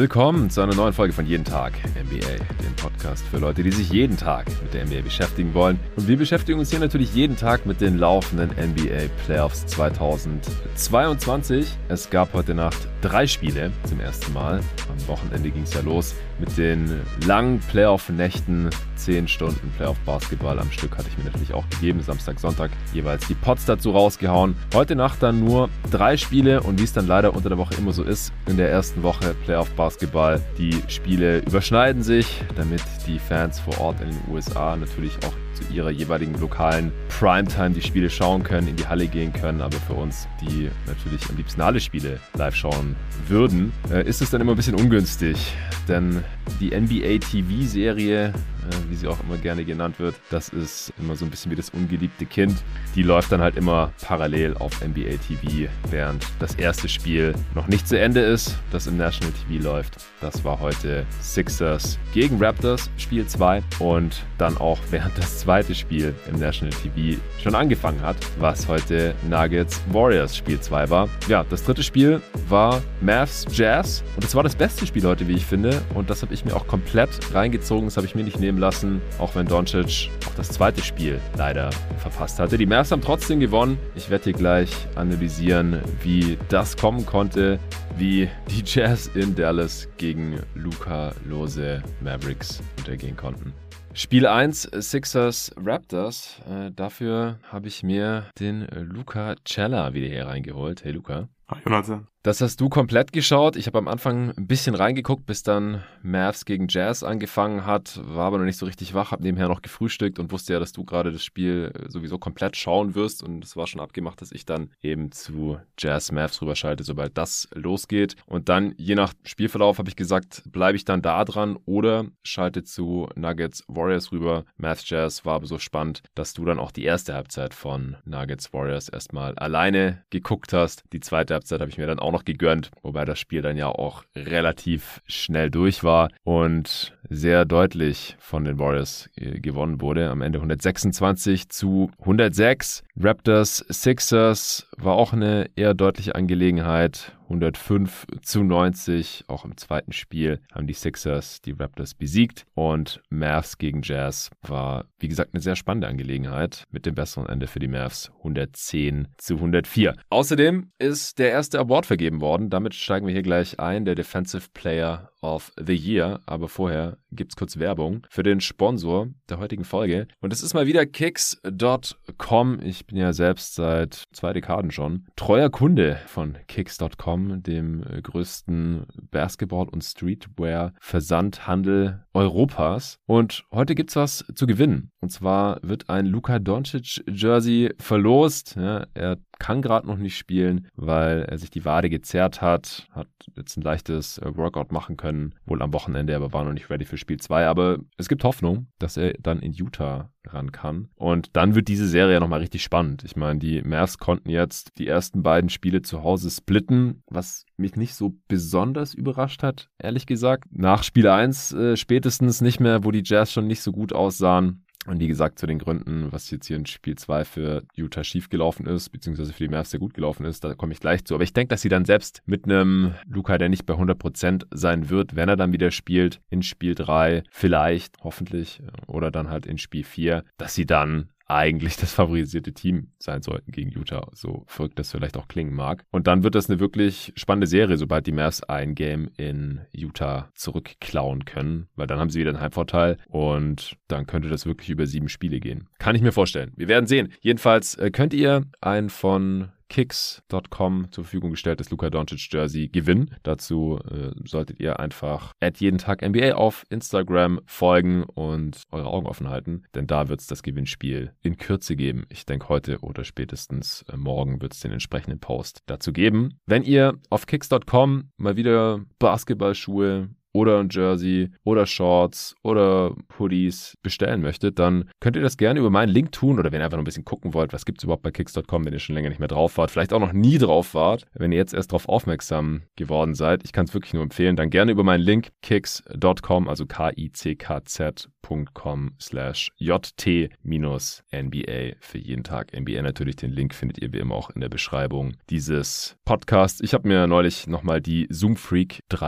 Willkommen zu einer neuen Folge von Jeden Tag NBA, dem Podcast für Leute, die sich jeden Tag mit der NBA beschäftigen wollen. Und wir beschäftigen uns hier natürlich jeden Tag mit den laufenden NBA Playoffs 2022. Es gab heute Nacht 3 Spiele zum ersten Mal. Am Wochenende ging es ja los mit den langen Playoff-Nächten. 10 Stunden Playoff-Basketball am Stück hatte ich mir natürlich auch gegeben. Samstag, Sonntag jeweils die Pots dazu rausgehauen. Heute Nacht dann nur 3 Spiele und wie es dann leider unter der Woche immer so ist, in der ersten Woche Playoff-Basketball. Die Spiele überschneiden sich, damit die Fans vor Ort in den USA natürlich auch zu ihrer jeweiligen lokalen Primetime die Spiele schauen können, in die Halle gehen können. Aber für uns, die natürlich am liebsten alle Spiele live schauen würden, ist es dann immer ein bisschen ungünstig. Denn die NBA TV-Serie, wie sie auch immer gerne genannt wird, das ist immer so ein bisschen wie das ungeliebte Kind. Die läuft dann halt immer parallel auf NBA TV, während das erste Spiel noch nicht zu Ende ist, das im National TV läuft. Das war heute Sixers gegen Raptors, Spiel 2. Und dann auch während das zweite Spiel im National TV schon angefangen hat, was heute Nuggets Warriors Spiel 2 war. Ja, das dritte Spiel war Mavs Jazz und es war das beste Spiel heute, wie ich finde. Und das habe ich mir auch komplett reingezogen, das habe ich mir nicht nehmen lassen, auch wenn Doncic auch das zweite Spiel leider verpasst hatte. Die Mavs haben trotzdem gewonnen. Ich werde hier gleich analysieren, wie das kommen konnte, wie die Jazz in Dallas gegen Luka-lose Mavericks untergehen konnten. Spiel 1, Sixers Raptors. Dafür habe ich mir den Luca Cella wieder hier reingeholt. Hey Luca. Hi Jonathan. Das hast du komplett geschaut. Ich habe am Anfang ein bisschen reingeguckt, bis dann Mavs gegen Jazz angefangen hat. War aber noch nicht so richtig wach, habe nebenher noch gefrühstückt und wusste ja, dass du gerade das Spiel sowieso komplett schauen wirst. Und es war schon abgemacht, dass ich dann eben zu Jazz Mavs rüberschalte, sobald das losgeht. Und dann, je nach Spielverlauf, habe ich gesagt, bleibe ich dann da dran oder schalte zu Nuggets Warriors rüber. Mavs Jazz war aber so spannend, dass du dann auch die erste Halbzeit von Nuggets Warriors erstmal alleine geguckt hast. Die zweite Halbzeit habe ich mir dann auch noch gegönnt, wobei das Spiel dann ja auch relativ schnell durch war und sehr deutlich von den Warriors gewonnen wurde. Am Ende 126-106. Raptors Sixers war auch eine eher deutliche Angelegenheit. 105-90. Auch im zweiten Spiel haben die Sixers die Raptors besiegt. Und Mavs gegen Jazz war, wie gesagt, eine sehr spannende Angelegenheit mit dem besseren Ende für die Mavs. 110-104. Außerdem ist der erste Award vergeben worden. Damit steigen wir hier gleich ein. Der Defensive Player of the Year. Aber vorher gibt's kurz Werbung für den Sponsor der heutigen Folge. Und es ist mal wieder Kicks.com. Ich bin ja selbst seit 2 Dekaden schon treuer Kunde von Kicks.com, dem größten Basketball- und Streetwear-Versandhandel Europas. Und heute gibt's was zu gewinnen. Und zwar wird ein Luka Doncic-Jersey verlost. Ja, er kann gerade noch nicht spielen, weil er sich die Wade gezerrt hat jetzt ein leichtes Workout machen können, wohl am Wochenende, aber war noch nicht ready für Spiel 2. Aber es gibt Hoffnung, dass er dann in Utah ran kann. Und dann wird diese Serie ja nochmal richtig spannend. Ich meine, die Mavs konnten jetzt die ersten beiden Spiele zu Hause splitten, was mich nicht so besonders überrascht hat, ehrlich gesagt. Nach Spiel 1 spätestens nicht mehr, wo die Jazz schon nicht so gut aussahen. Und wie gesagt, zu den Gründen, was jetzt hier in Spiel 2 für Utah schief gelaufen ist, beziehungsweise für die Mavs sehr gut gelaufen ist, da komme ich gleich zu. Aber ich denke, dass sie dann selbst mit einem Luka, der nicht bei 100% sein wird, wenn er dann wieder spielt, in Spiel 3 vielleicht, hoffentlich, oder dann halt in Spiel 4, dass sie dann eigentlich das favorisierte Team sein sollten gegen Utah, so verrückt das vielleicht auch klingen mag. Und dann wird das eine wirklich spannende Serie, sobald die Mavs ein Game in Utah zurückklauen können, weil dann haben sie wieder einen Heimvorteil und dann könnte das wirklich über 7 Spiele gehen. Kann ich mir vorstellen. Wir werden sehen. Jedenfalls könnt ihr einen von Kicks.com zur Verfügung gestelltes Luka Doncic Jersey gewinnen. Dazu solltet ihr einfach @jedentagNBA auf Instagram folgen und eure Augen offen halten, denn da wird es das Gewinnspiel in Kürze geben. Ich denke, heute oder spätestens morgen wird es den entsprechenden Post dazu geben. Wenn ihr auf Kicks.com mal wieder Basketballschuhe oder ein Jersey oder Shorts oder Hoodies bestellen möchtet, dann könnt ihr das gerne über meinen Link tun oder wenn ihr einfach noch ein bisschen gucken wollt, was gibt es überhaupt bei Kicks.com, wenn ihr schon länger nicht mehr drauf wart, vielleicht auch noch nie drauf wart, wenn ihr jetzt erst darauf aufmerksam geworden seid. Ich kann es wirklich nur empfehlen, dann gerne über meinen Link kicks.com, also kickz.com/jt-NBA für jeden Tag NBA. Natürlich den Link findet ihr wie immer auch in der Beschreibung dieses Podcasts. Ich habe mir neulich nochmal die Zoom Freak 3er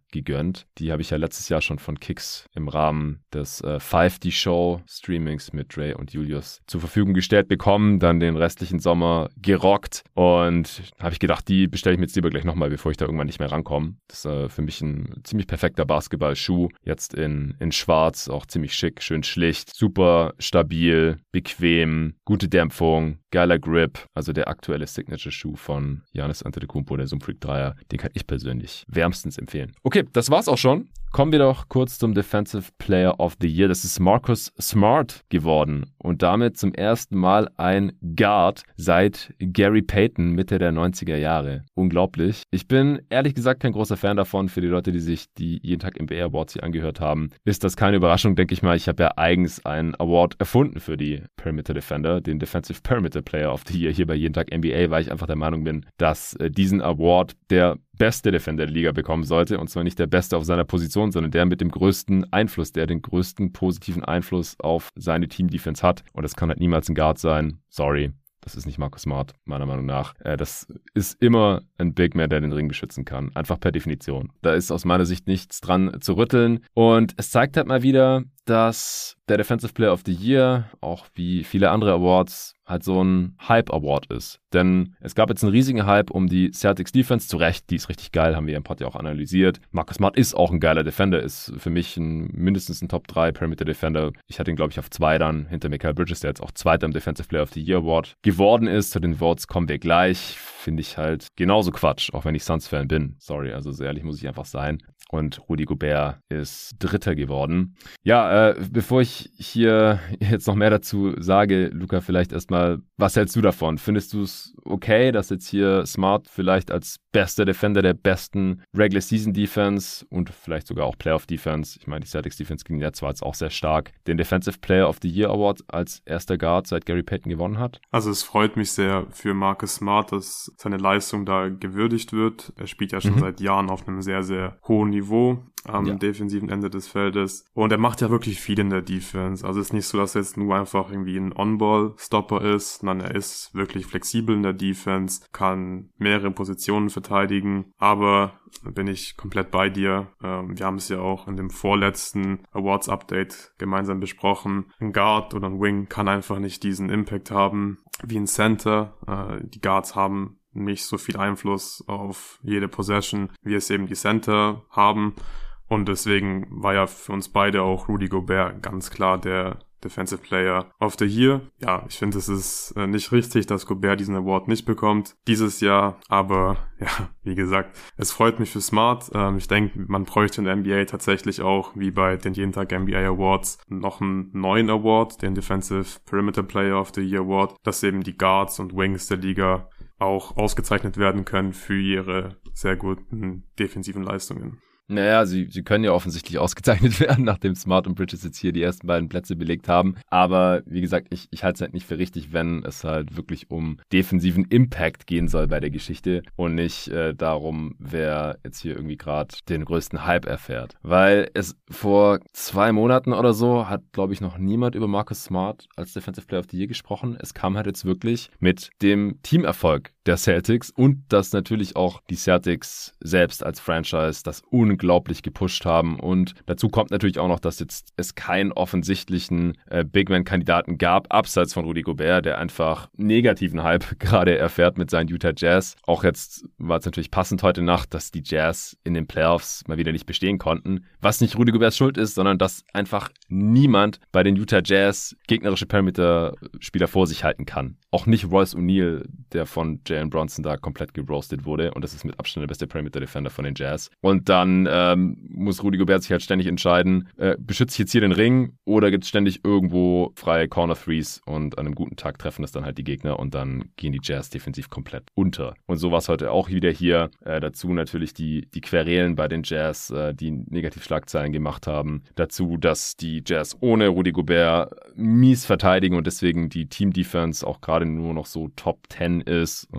gegönnt. Die habe ich ja letztes Jahr schon von Kicks im Rahmen des 5D Show Streamings mit Dre und Julius zur Verfügung gestellt bekommen, dann den restlichen Sommer gerockt und habe ich gedacht, die bestelle ich mir jetzt lieber gleich nochmal, bevor ich da irgendwann nicht mehr rankomme. Das ist für mich ein ziemlich perfekter Basketballschuh, jetzt in schwarz, auch ziemlich schick, schön schlicht, super stabil, bequem, gute Dämpfung, geiler Grip, also der aktuelle Signature-Schuh von Giannis Antetokounmpo, der Zoom Freak 3er, den kann ich persönlich wärmstens empfehlen. Okay, das war's auch schon. Kommen wir doch kurz zum Defensive Player of the Year. Das ist Marcus Smart geworden und damit zum ersten Mal ein Guard seit Gary Payton Mitte der 90er Jahre. Unglaublich. Ich bin ehrlich gesagt kein großer Fan davon. Für die Leute, die sich die jeden Tag NBA Awards hier angehört haben, ist das keine Überraschung, denke ich mal. Ich habe ja eigens einen Award erfunden für die Perimeter Defender, den Defensive Perimeter Player of the Year hier bei jeden Tag NBA, weil ich einfach der Meinung bin, dass diesen Award der beste Defender der Liga bekommen sollte, und zwar nicht der beste auf seiner Position, sondern der mit dem größten Einfluss, der den größten positiven Einfluss auf seine Team-Defense hat, und das kann halt niemals ein Guard sein. Sorry. Das ist nicht Marcus Smart, meiner Meinung nach. Das ist immer ein Big Man, der den Ring beschützen kann. Einfach per Definition. Da ist aus meiner Sicht nichts dran zu rütteln. Und es zeigt halt mal wieder, dass der Defensive Player of the Year, auch wie viele andere Awards, halt so ein Hype-Award ist. Denn es gab jetzt einen riesigen Hype um die Celtics Defense. Zu Recht, die ist richtig geil, haben wir im Pod ja auch analysiert. Marcus Smart ist auch ein geiler Defender, ist für mich mindestens ein Top 3 Perimeter Defender. Ich hatte ihn, glaube ich, auf 2 dann hinter Mikal Bridges, der jetzt auch Zweiter im Defensive Player of the Year Award geworden ist. Zu den Votes kommen wir gleich. Finde ich halt genauso Quatsch, auch wenn ich Suns-Fan bin. Sorry, also so ehrlich muss ich einfach sein. Und Rudy Gobert ist Dritter geworden. Ja, bevor ich hier jetzt noch mehr dazu sage, Luca, vielleicht erstmal, was hältst du davon? Findest du es okay, dass jetzt hier Smart vielleicht als bester Defender der besten Regular Season Defense und vielleicht sogar auch Playoff Defense, ich meine, die Celtics Defense ging ja zwar jetzt auch sehr stark, den Defensive Player of the Year Award als erster Guard seit Gary Payton gewonnen hat? Also es freut mich sehr für Marcus Smart, dass seine Leistung da gewürdigt wird. Er spielt ja schon seit Jahren auf einem sehr, sehr hohen Niveau am defensiven Ende des Feldes. Und er macht ja wirklich viel in der Defense. Also es ist nicht so, dass er jetzt nur einfach irgendwie ein On-Ball-Stopper ist, sondern er ist wirklich flexibel in der Defense, kann mehrere Positionen verteidigen. Aber bin ich komplett bei dir. Wir haben es ja auch in dem vorletzten Awards-Update gemeinsam besprochen. Ein Guard oder ein Wing kann einfach nicht diesen Impact haben wie ein Center. Die Guards haben nicht so viel Einfluss auf jede Possession, wie es eben die Center haben. Und deswegen war ja für uns beide auch Rudy Gobert ganz klar der Defensive Player of the Year. Ja, ich finde, es ist nicht richtig, dass Gobert diesen Award nicht bekommt dieses Jahr. Aber ja, wie gesagt, es freut mich für Smart. Ich denke, man bräuchte in der NBA tatsächlich auch, wie bei den jeden Tag NBA Awards, noch einen neuen Award, den Defensive Perimeter Player of the Year Award, dass eben die Guards und Wings der Liga auch ausgezeichnet werden können für ihre sehr guten defensiven Leistungen. Naja, sie können ja offensichtlich ausgezeichnet werden, nachdem Smart und Bridges jetzt hier die ersten beiden Plätze belegt haben. Aber wie gesagt, ich halte es halt nicht für richtig, wenn es halt wirklich um defensiven Impact gehen soll bei der Geschichte und nicht darum, wer jetzt hier irgendwie gerade den größten Hype erfährt. Weil es vor 2 Monaten oder so hat, glaube ich, noch niemand über Marcus Smart als Defensive Player of the Year gesprochen. Es kam halt jetzt wirklich mit dem Teamerfolg der Celtics und dass natürlich auch die Celtics selbst als Franchise das unglaublich gepusht haben. Und dazu kommt natürlich auch noch, dass jetzt es keinen offensichtlichen Big-Man-Kandidaten gab, abseits von Rudy Gobert, der einfach negativen Hype gerade erfährt mit seinen Utah Jazz. Auch jetzt war es natürlich passend heute Nacht, dass die Jazz in den Playoffs mal wieder nicht bestehen konnten. Was nicht Rudy Goberts Schuld ist, sondern dass einfach niemand bei den Utah Jazz gegnerische Perimeter-Spieler vor sich halten kann. Auch nicht Royce O'Neal, der von Jalen Brunson da komplett geroastet wurde. Und das ist mit Abstand der beste Perimeter-Defender von den Jazz. Und dann muss Rudy Gobert sich halt ständig entscheiden, beschütze ich jetzt hier den Ring oder gibt es ständig irgendwo freie Corner-Threes und an einem guten Tag treffen das dann halt die Gegner und dann gehen die Jazz defensiv komplett unter. Und so war es heute auch wieder hier. Dazu natürlich die Querelen bei den Jazz, die Negativschlagzeilen gemacht haben. Dazu, dass die Jazz ohne Rudy Gobert mies verteidigen und deswegen die Team-Defense auch gerade nur noch so Top 10 ist und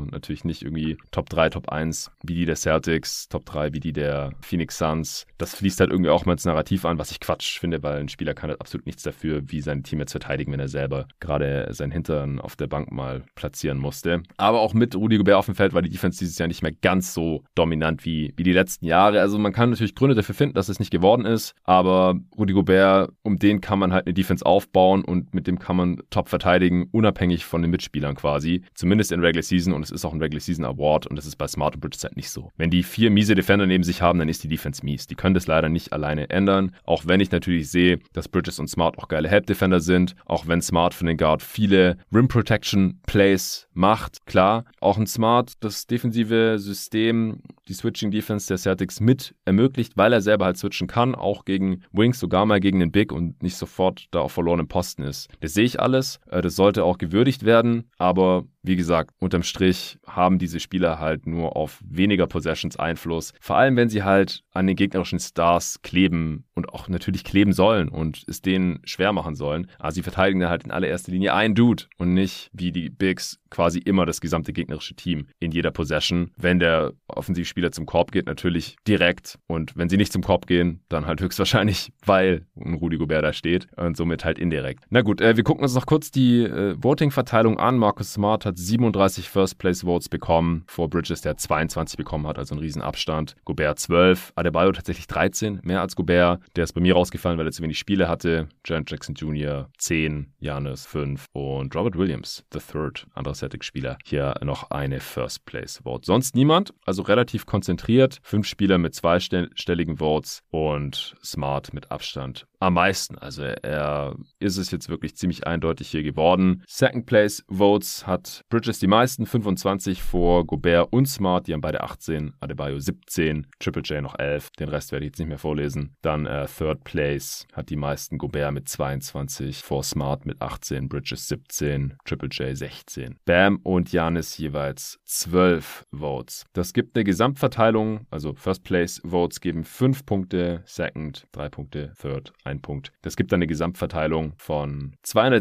und natürlich nicht irgendwie Top 3, Top 1 wie die der Celtics, Top 3 wie die der Phoenix Suns. Das fließt halt irgendwie auch mal ins Narrativ an, was ich Quatsch finde, weil ein Spieler kann halt absolut nichts dafür, wie sein Team jetzt verteidigen, wenn er selber gerade seinen Hintern auf der Bank mal platzieren musste. Aber auch mit Rudy Gobert auf dem Feld war die Defense dieses Jahr nicht mehr ganz so dominant wie die letzten Jahre. Also man kann natürlich Gründe dafür finden, dass es nicht geworden ist, aber Rudy Gobert, um den kann man halt eine Defense aufbauen und mit dem kann man top verteidigen, unabhängig von den Mitspielern quasi. Zumindest in Regular Season und es ist auch ein Regular Season Award und das ist bei Smart und Bridges halt nicht so. Wenn die 4 miese Defender neben sich haben, dann ist die Defense mies. Die können das leider nicht alleine ändern, auch wenn ich natürlich sehe, dass Bridges und Smart auch geile Help-Defender sind, auch wenn Smart für den Guard viele Rim-Protection-Plays macht. Klar, auch ein Smart das defensive System, die Switching-Defense der Celtics mit ermöglicht, weil er selber halt switchen kann, auch gegen Wings, sogar mal gegen den Big und nicht sofort da auf verlorenem Posten ist. Das sehe ich alles, das sollte auch gewürdigt werden, aber wie gesagt, unterm Strich haben diese Spieler halt nur auf weniger Possessions Einfluss, vor allem wenn sie halt an den gegnerischen Stars kleben und auch natürlich kleben sollen und es denen schwer machen sollen. Also sie verteidigen dann halt in allererster Linie einen Dude und nicht wie die Bigs quasi immer das gesamte gegnerische Team in jeder Possession. Wenn der Offensivspieler zum Korb geht, natürlich direkt und wenn sie nicht zum Korb gehen, dann halt höchstwahrscheinlich, weil ein Rudy Gobert da steht und somit halt indirekt. Na gut, wir gucken uns noch kurz die Voting-Verteilung an. Marcus Smart hat 37 First-Place-Votes bekommen, vor Bridges, der 22 bekommen hat, also ein Riesenabstand. Gobert 12, Adebayo tatsächlich 13, mehr als Gobert. Der ist bei mir rausgefallen, weil er zu wenig Spiele hatte. Jaren Jackson Jr. 10, Giannis 5 und Robert Williams, the third, anderer Celtics-Spieler, hier noch eine First-Place-Vote. Sonst niemand, also relativ konzentriert. 5 Spieler mit zweistelligen Votes und Smart mit Abstand am meisten. Also er ist es jetzt wirklich ziemlich eindeutig hier geworden. Second Place Votes hat Bridges die meisten, 25 vor Gobert und Smart, die haben beide 18, Adebayo 17, Triple J noch 11, den Rest werde ich jetzt nicht mehr vorlesen. Dann Third Place hat die meisten, Gobert mit 22, vor Smart mit 18, Bridges 17, Triple J 16. Bam und Giannis jeweils 12 Votes. Das gibt eine Gesamtverteilung, also First Place Votes geben 5 Punkte, Second 3 Punkte, Third 1 Punkt. Das gibt dann eine Gesamtverteilung von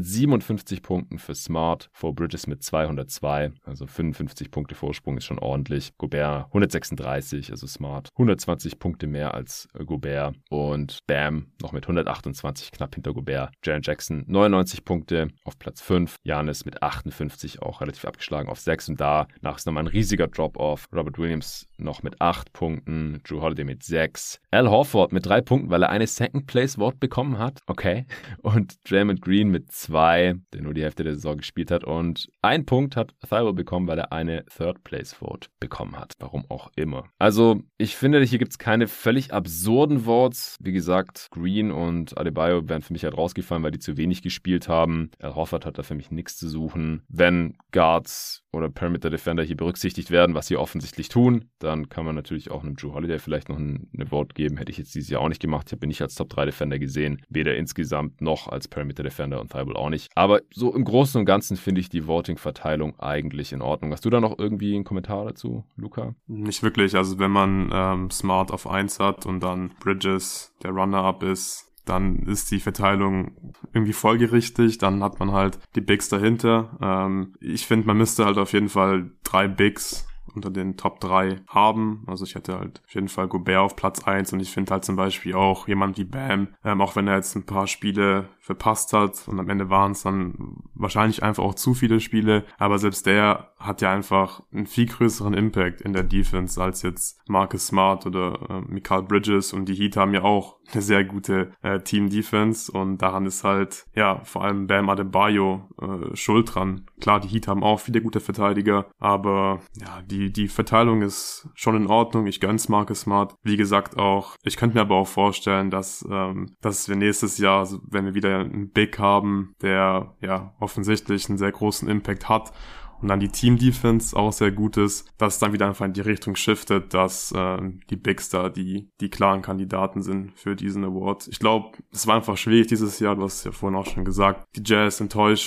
257 Punkten für Smart, vor Bridges mit 202, also 55 Punkte Vorsprung ist schon ordentlich. Gobert 136, also Smart 120 Punkte mehr als Gobert und Bam noch mit 128 knapp hinter Gobert. Jaren Jackson 99 Punkte auf Platz 5, Giannis mit 58 auch relativ abgeschlagen auf 6 und danach ist nochmal ein riesiger Drop-Off. Robert Williams noch mit 8 Punkten, Jrue Holiday mit 6, Al Horford mit 3 Punkten, weil er eine Second-Place-Vote bekommen hat, okay, und Draymond Green mit 2, der nur die Hälfte der Saison gespielt hat und 1 Punkt hat Thybulle bekommen, weil er eine Third-Place-Vote bekommen hat, warum auch immer. Also, ich finde, hier gibt es keine völlig absurden Votes, wie gesagt, Green und Adebayo wären für mich halt rausgefallen, weil die zu wenig gespielt haben. Al Horford hat da für mich nichts zu suchen. Wenn Guards oder Perimeter Defender hier berücksichtigt werden, was sie offensichtlich tun, dann kann man natürlich auch einem Jrue Holiday vielleicht noch eine Vote geben. Hätte ich jetzt dieses Jahr auch nicht gemacht. Ich habe ihn nicht als Top 3 Defender gesehen. Weder insgesamt noch als Perimeter Defender und Thybulle auch nicht. Aber so im Großen und Ganzen finde ich die Voting-Verteilung eigentlich in Ordnung. Hast du da noch irgendwie einen Kommentar dazu, Luca? Nicht wirklich. Also wenn man Smart auf 1 hat und dann Bridges der Runner-Up ist, dann ist die Verteilung irgendwie folgerichtig, dann hat man halt die Bigs dahinter. Ich finde, man müsste halt auf jeden Fall 3 Bigs unter den Top 3 haben. Also ich hätte halt auf jeden Fall Gobert auf Platz 1 und ich finde halt zum Beispiel auch jemand wie Bam, auch wenn er jetzt ein paar Spiele verpasst hat und am Ende waren es dann wahrscheinlich einfach auch zu viele Spiele, aber selbst der hat ja einfach einen viel größeren Impact in der Defense als jetzt Marcus Smart oder Mikal Bridges und die Heat haben ja auch eine sehr gute Team-Defense und daran ist halt, ja, vor allem Bam Adebayo schuld dran. Klar, die Heat haben auch viele gute Verteidiger, aber ja, die Verteilung ist schon in Ordnung. Ich gönn's Marcus Smart. Wie gesagt auch, ich könnte mir aber auch vorstellen, dass wir nächstes Jahr, also wenn wir wieder einen Big haben, der ja offensichtlich einen sehr großen Impact hat und dann die Team-Defense auch sehr gut ist, dass es dann wieder einfach in die Richtung shiftet, dass die Bigs da die klaren Kandidaten sind für diesen Award. Ich glaube, es war einfach schwierig dieses Jahr, du hast es ja vorhin auch schon gesagt, die Jazz enttäuschen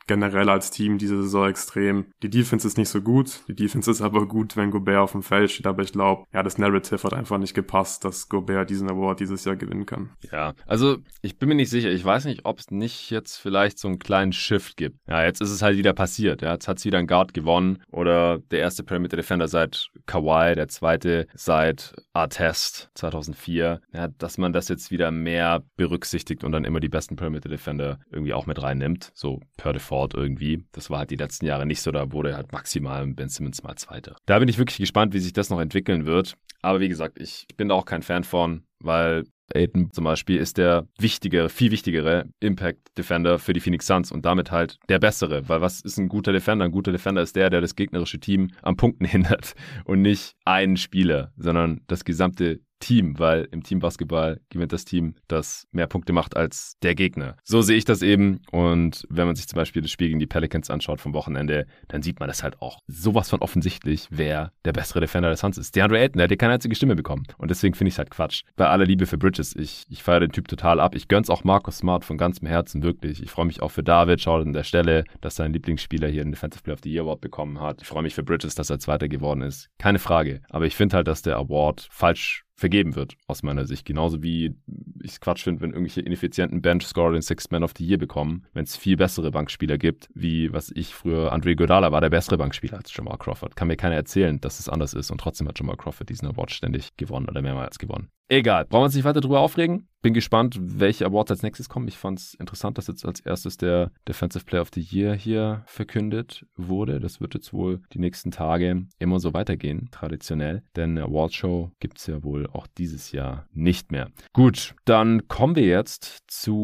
generell als Team diese Saison extrem. Die Defense ist nicht so gut, die Defense ist aber gut, wenn Gobert auf dem Feld steht, aber ich glaube, ja, das Narrative hat einfach nicht gepasst, dass Gobert diesen Award dieses Jahr gewinnen kann. Ja, also ich bin mir nicht sicher, ich weiß nicht, ob es nicht jetzt vielleicht so einen kleinen Shift gibt. Ja, jetzt ist es halt wieder passiert, ja, jetzt hat es wieder ein Guard gewonnen oder der erste Perimeter Defender seit Kawhi, der zweite seit Artest 2004, ja, dass man das jetzt wieder mehr berücksichtigt und dann immer die besten Perimeter Defender irgendwie auch mit reinnimmt, so per Default irgendwie. Das war halt die letzten Jahre nicht so, da wurde halt maximal Ben Simmons mal Zweiter. Da bin ich wirklich gespannt, wie sich das noch entwickeln wird. Aber wie gesagt, ich bin da auch kein Fan von, weil Ayton zum Beispiel ist der wichtigere, viel wichtigere Impact-Defender für die Phoenix Suns und damit halt der bessere, weil was ist ein guter Defender? Ein guter Defender ist der das gegnerische Team am Punkten hindert und nicht einen Spieler, sondern das gesamte Team, weil im Teambasketball gewinnt das Team, das mehr Punkte macht als der Gegner. So sehe ich das eben und wenn man sich zum Beispiel das Spiel gegen die Pelicans anschaut vom Wochenende, dann sieht man das halt auch sowas von offensichtlich, wer der bessere Defender der Suns ist. DeAndre Ayton, der hat hier keine einzige Stimme bekommen und deswegen finde ich es halt Quatsch. Bei aller Liebe für Bridges, ich feiere den Typ total ab. Ich gönn's auch Marcus Smart von ganzem Herzen, wirklich. Ich freue mich auch für David, schaut an der Stelle, dass sein Lieblingsspieler hier einen Defensive Player of the Year Award bekommen hat. Ich freue mich für Bridges, dass er Zweiter geworden ist. Keine Frage. Aber ich finde halt, dass der Award falsch vergeben wird, aus meiner Sicht. Genauso wie ich es Quatsch finde, wenn irgendwelche ineffizienten Bench-Scorer den Sixth Man of the Year bekommen, wenn es viel bessere Bankspieler gibt, wie, was ich früher, Andre Iguodala war der bessere Bankspieler als Jamal Crawford. Kann mir keiner erzählen, dass es anders ist und trotzdem hat Jamal Crawford diesen Award ständig gewonnen oder mehrmals gewonnen. Egal, brauchen wir uns nicht weiter drüber aufregen. Bin gespannt, welche Awards als nächstes kommen. Ich fand es interessant, dass jetzt als erstes der Defensive Player of the Year hier verkündet wurde. Das wird jetzt wohl die nächsten Tage immer so weitergehen, traditionell. Denn eine Awardshow gibt es ja wohl auch dieses Jahr nicht mehr. Gut, dann kommen wir jetzt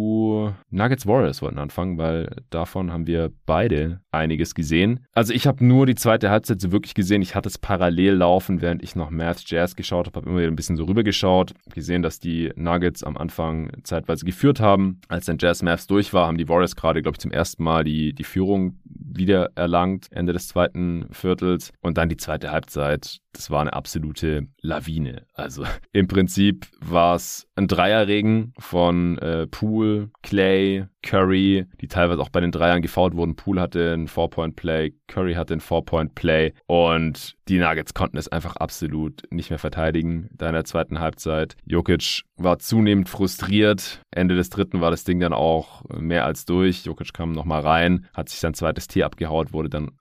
zu Nuggets Warriors, wollten anfangen, weil davon haben wir beide einiges gesehen. Also ich habe nur die zweite Halbzeit so wirklich gesehen. Ich hatte es parallel laufen, während ich noch Mavs Jazz geschaut habe. Habe immer wieder ein bisschen so rübergeschaut. Gesehen, dass die Nuggets am Anfang zeitweise geführt haben. Als dann Jazz Mavs durch war, haben die Warriors gerade, glaube ich, zum ersten Mal die Führung wieder erlangt, Ende des zweiten Viertels. Und dann die zweite Halbzeit, das war eine absolute Lawine. Also im Prinzip war es ein Dreierregen von Poole, Clay, Curry, die teilweise auch bei den Dreiern gefoult wurden. Poole hatte ein 4-Point-Play, Curry hatte ein 4-Point-Play und die Nuggets konnten es einfach absolut nicht mehr verteidigen da in der zweiten Halbzeit. Jokic war zunehmend frustriert. Ende des dritten war das Ding dann auch mehr als durch. Jokic kam nochmal rein, hat sich sein zweites Tier abgeholt, wurde dann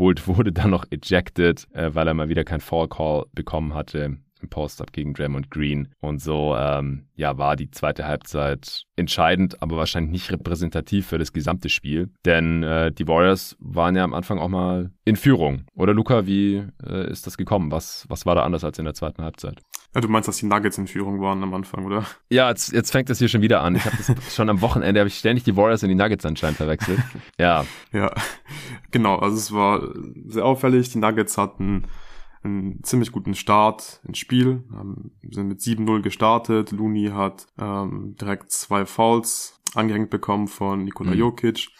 noch ejected, weil er mal wieder kein Foul-Call bekommen hatte im Post-Up gegen Draymond Green. Und so war die zweite Halbzeit entscheidend, aber wahrscheinlich nicht repräsentativ für das gesamte Spiel. Denn die Warriors waren ja am Anfang auch mal in Führung. Oder Luca, wie ist das gekommen? Was war da anders als in der zweiten Halbzeit? Ja, du meinst, dass die Nuggets in Führung waren am Anfang, oder? Ja, jetzt fängt das hier schon wieder an. Ich habe das schon am Wochenende, habe ich ständig die Warriors und die Nuggets anscheinend verwechselt. Ja. Ja, genau. Also es war sehr auffällig. Die Nuggets hatten einen ziemlich guten Start ins Spiel, sind mit 7-0 gestartet. Looney hat direkt 2 Fouls angehängt bekommen von Nikola Jokic. Ich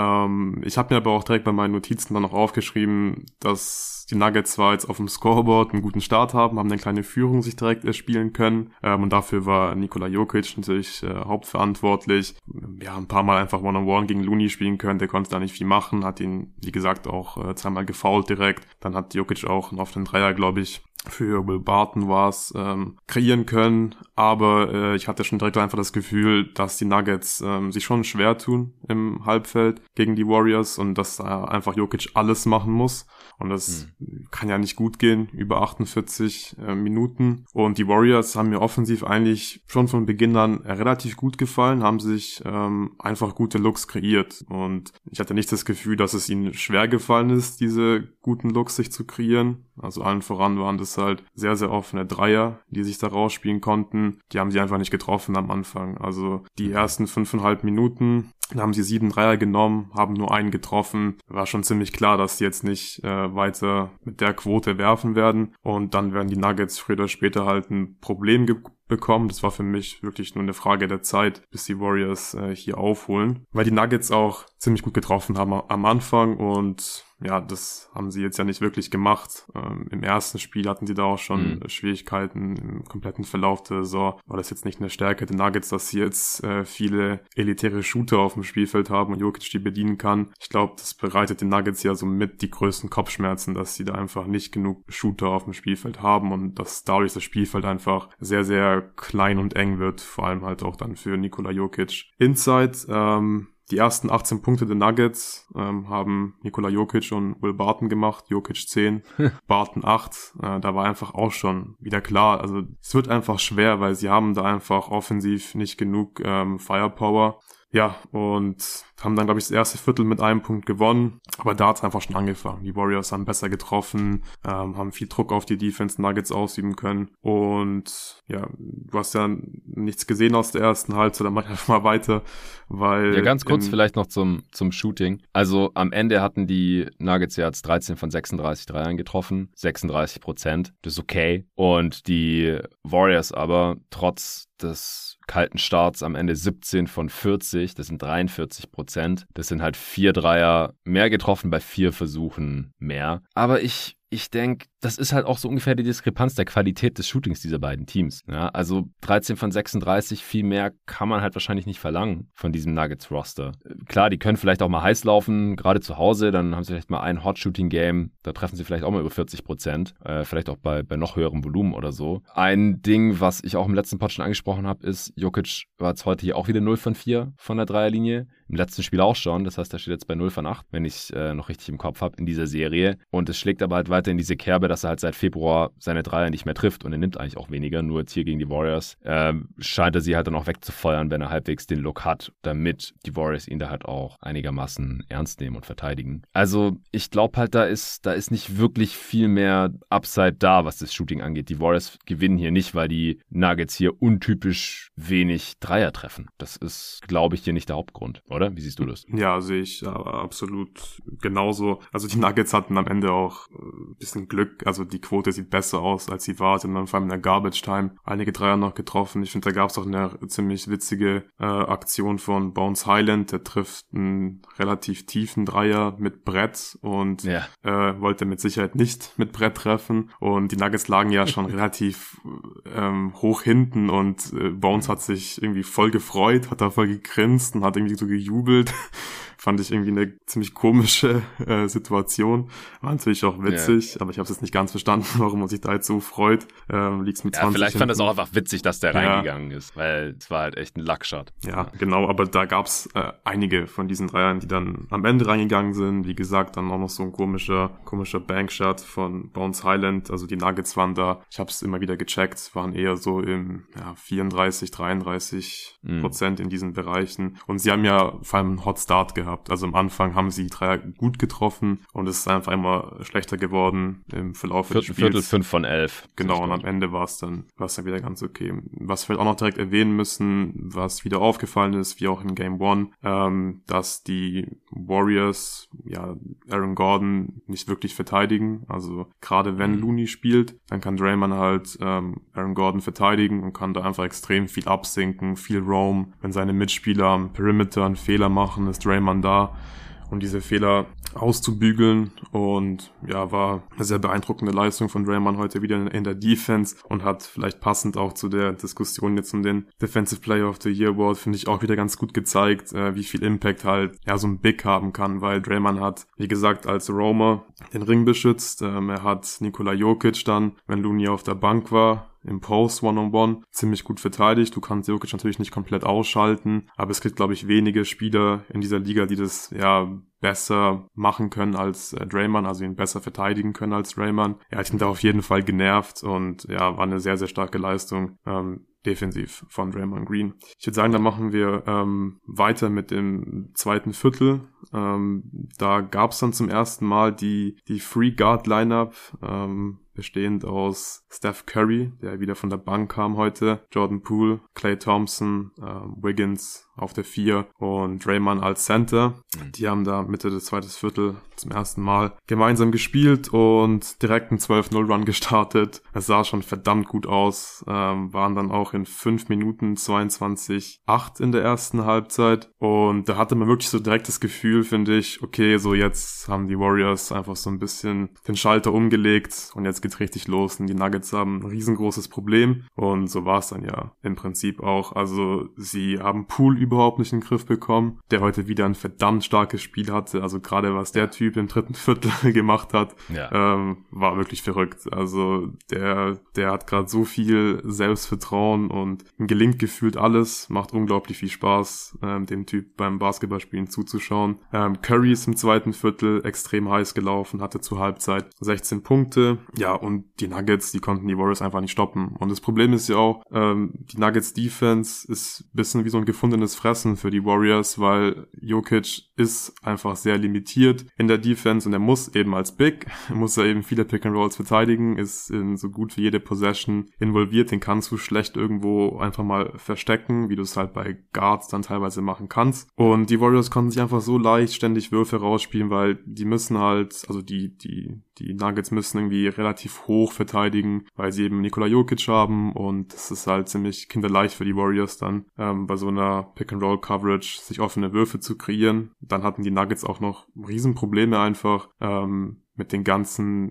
habe mir aber auch direkt bei meinen Notizen dann noch aufgeschrieben, dass die Nuggets zwar jetzt auf dem Scoreboard einen guten Start haben eine kleine Führung sich direkt erspielen können. Und dafür war Nikola Jokic natürlich hauptverantwortlich. Ja, ein paar Mal einfach One-on-One gegen Looney spielen können. Der konnte da nicht viel machen, hat ihn, wie gesagt, auch zweimal gefoult direkt. Dann hat Jokic auch auf den Dreier, glaube ich, für Will Barton war es, kreieren können. Aber ich hatte schon direkt einfach das Gefühl, dass die Nuggets sich schon schwer tun im Halbfeld gegen die Warriors und dass einfach Jokic alles machen muss. Und das kann ja nicht gut gehen, über 48 Minuten. Und die Warriors haben mir offensiv eigentlich schon von Beginn an relativ gut gefallen, haben sich einfach gute Looks kreiert. Und ich hatte nicht das Gefühl, dass es ihnen schwer gefallen ist, diese guten Looks sich zu kreieren. Also allen voran waren das halt sehr, sehr offene Dreier, die sich da rausspielen konnten. Die haben sie einfach nicht getroffen am Anfang. Also die ersten 5,5 Minuten, da haben sie 7 Dreier genommen, haben nur einen getroffen. War schon ziemlich klar, dass sie jetzt nicht weiter mit der Quote werfen werden. Und dann werden die Nuggets früher oder später halt ein Problem bekommen. Das war für mich wirklich nur eine Frage der Zeit, bis die Warriors hier aufholen. Weil die Nuggets auch ziemlich gut getroffen haben am Anfang und ja, das haben sie jetzt ja nicht wirklich gemacht. Im ersten Spiel hatten sie da auch schon Schwierigkeiten im kompletten Verlauf der Saison. War das jetzt nicht eine Stärke der Nuggets, dass sie jetzt viele elitäre Shooter auf dem Spielfeld haben und Jokic die bedienen kann. Ich glaube, das bereitet den Nuggets ja somit die größten Kopfschmerzen, dass sie da einfach nicht genug Shooter auf dem Spielfeld haben und dass dadurch das Spielfeld einfach sehr, sehr klein und eng wird, vor allem halt auch dann für Nikola Jokic. Inside, die ersten 18 Punkte der Nuggets haben Nikola Jokic und Will Barton gemacht. Jokic 10, Barton 8. Da war einfach auch schon wieder klar. Also es wird einfach schwer, weil sie haben da einfach offensiv nicht genug Firepower. Ja, und haben dann, glaube ich, das erste Viertel mit einem Punkt gewonnen. Aber da hat es einfach schon angefangen. Die Warriors haben besser getroffen, haben viel Druck auf die Defense Nuggets ausüben können. Und ja, du hast ja nichts gesehen aus der ersten Halbzeit, dann mach ich einfach mal weiter. Weil ja, ganz kurz vielleicht noch zum Shooting. Also am Ende hatten die Nuggets ja jetzt 13 von 36 Dreiern getroffen, 36%. Das ist okay. Und die Warriors aber trotz des kalten Starts am Ende 17 von 40, das sind 43%. Das sind halt 4 Dreier mehr getroffen bei 4 Versuchen mehr. Aber ich denke, das ist halt auch so ungefähr die Diskrepanz der Qualität des Shootings dieser beiden Teams. Ja, also 13 von 36, viel mehr kann man halt wahrscheinlich nicht verlangen von diesem Nuggets-Roster. Klar, die können vielleicht auch mal heiß laufen, gerade zu Hause, dann haben sie vielleicht mal ein Hot-Shooting-Game, da treffen sie vielleicht auch mal über 40%, vielleicht auch bei noch höherem Volumen oder so. Ein Ding, was ich auch im letzten Pod schon angesprochen habe, ist, Jokic war jetzt heute hier auch wieder 0 von 4 von der Dreierlinie. Im letzten Spiel auch schon, das heißt, er steht jetzt bei 0 von 8, wenn ich noch richtig im Kopf habe, in dieser Serie. Und es schlägt aber halt weiter in diese Kerbe, dass er halt seit Februar seine Dreier nicht mehr trifft und er nimmt eigentlich auch weniger, nur jetzt hier gegen die Warriors scheint er sie halt dann auch wegzufeuern, wenn er halbwegs den Look hat, damit die Warriors ihn da halt auch einigermaßen ernst nehmen und verteidigen. Also ich glaube halt, da ist nicht wirklich viel mehr Upside da, was das Shooting angeht. Die Warriors gewinnen hier nicht, weil die Nuggets hier untypisch wenig Dreier treffen. Das ist, glaube ich, hier nicht der Hauptgrund, oder? Wie siehst du das? Ja, sehe ich absolut genauso. Also die Nuggets hatten am Ende auch ein bisschen Glück. Also die Quote sieht besser aus, als sie war. Sie haben dann vor allem in der Garbage Time einige Dreier noch getroffen. Ich finde, da gab es auch eine ziemlich witzige Aktion von Bones Highland. Der trifft einen relativ tiefen Dreier mit Brett und wollte mit Sicherheit nicht mit Brett treffen. Und die Nuggets lagen ja schon relativ hoch hinten und Bones hat sich irgendwie voll gefreut, hat da voll gegrinst und hat irgendwie so gejubelt. Fand ich irgendwie eine ziemlich komische Situation. War natürlich auch witzig, aber ich habe es jetzt nicht ganz verstanden, warum man sich da jetzt so freut. Liegt's mit 20 vielleicht fand es auch einfach witzig, dass der reingegangen ist, weil es war halt echt ein Luckshot. Ja, genau, aber da gab's einige von diesen Dreiern, die dann am Ende reingegangen sind. Wie gesagt, dann auch noch so ein komischer Bankshot von Bones Highland. Also die Nuggets waren da, ich habe es immer wieder gecheckt, waren eher so im 34-33% in diesen Bereichen. Und sie haben ja vor allem einen Hot Start gehabt. Also am Anfang haben sie die Dreier gut getroffen und es ist einfach immer schlechter geworden im Verlauf des Spiels. Viertel 5 von 11. Genau, und am Ende war es dann wieder ganz okay. Was wir auch noch direkt erwähnen müssen, was wieder aufgefallen ist, wie auch in Game 1, dass die Warriors, Aaron Gordon nicht wirklich verteidigen. Also gerade wenn Looney spielt, dann kann Draymond halt Aaron Gordon verteidigen und kann da einfach extrem viel absinken, viel roam. Wenn seine Mitspieler am Perimeter einen Fehler machen, ist Draymond da, um diese Fehler auszubügeln. Und war eine sehr beeindruckende Leistung von Draymond heute wieder in der Defense und hat vielleicht passend auch zu der Diskussion jetzt um den Defensive Player of the Year Award, finde ich, auch wieder ganz gut gezeigt, wie viel Impact halt so ein Big haben kann, weil Draymond hat, wie gesagt, als Roamer den Ring beschützt. Er hat Nikola Jokic dann, wenn Looney auf der Bank war, im Post One-on-One ziemlich gut verteidigt. Du kannst Jokic natürlich nicht komplett ausschalten, aber es gibt, glaube ich, wenige Spieler in dieser Liga, die das besser machen können als Draymond, also ihn besser verteidigen können als Draymond. Er hat ihn da auf jeden Fall genervt und war eine sehr, sehr starke Leistung defensiv von Draymond Green. Ich würde sagen, dann machen wir weiter mit dem zweiten Viertel. Da gab es dann zum ersten Mal die Free Guard Lineup bestehend aus Steph Curry, der wieder von der Bank kam heute, Jordan Poole, Klay Thompson, Wiggins auf der 4 und Draymond als Center. Die haben da Mitte des zweiten Viertel zum ersten Mal gemeinsam gespielt und direkt einen 12-0-Run gestartet. Es sah schon verdammt gut aus, waren dann auch in 5 Minuten 22:8 in der ersten Halbzeit und da hatte man wirklich so direkt das Gefühl, finde ich, okay, so jetzt haben die Warriors einfach so ein bisschen den Schalter umgelegt und jetzt geht's richtig los und die Nuggets haben ein riesengroßes Problem und so war es dann ja im Prinzip auch. Also sie haben Poole überhaupt nicht in den Griff bekommen, der heute wieder ein verdammt starkes Spiel hatte. Also gerade was der Typ im dritten Viertel gemacht hat, war wirklich verrückt. Also der hat gerade so viel Selbstvertrauen und ihm gelingt gefühlt alles, macht unglaublich viel Spaß, dem Typ beim Basketballspielen zuzuschauen. Curry ist im zweiten Viertel extrem heiß gelaufen, hatte zur Halbzeit 16 Punkte. Ja, und die Nuggets, die konnten die Warriors einfach nicht stoppen. Und das Problem ist ja auch, die Nuggets Defense ist ein bisschen wie so ein gefundenes Fressen für die Warriors, weil Jokic ist einfach sehr limitiert in der Defense und er muss eben als Big, muss er eben viele Pick-and-Rolls verteidigen, ist in so gut wie jede Possession involviert, den kannst du schlecht irgendwo einfach mal verstecken, wie du es halt bei Guards dann teilweise machen kannst. Und die Warriors konnten sich einfach so leicht ständig Würfe rausspielen, weil die müssen halt, also die Nuggets müssen irgendwie relativ hoch verteidigen, weil sie eben Nikola Jokic haben und es ist halt ziemlich kinderleicht für die Warriors dann bei so einer Pick-and-Roll-Coverage sich offene Würfe zu kreieren. Dann hatten die Nuggets auch noch Riesenprobleme einfach mit den ganzen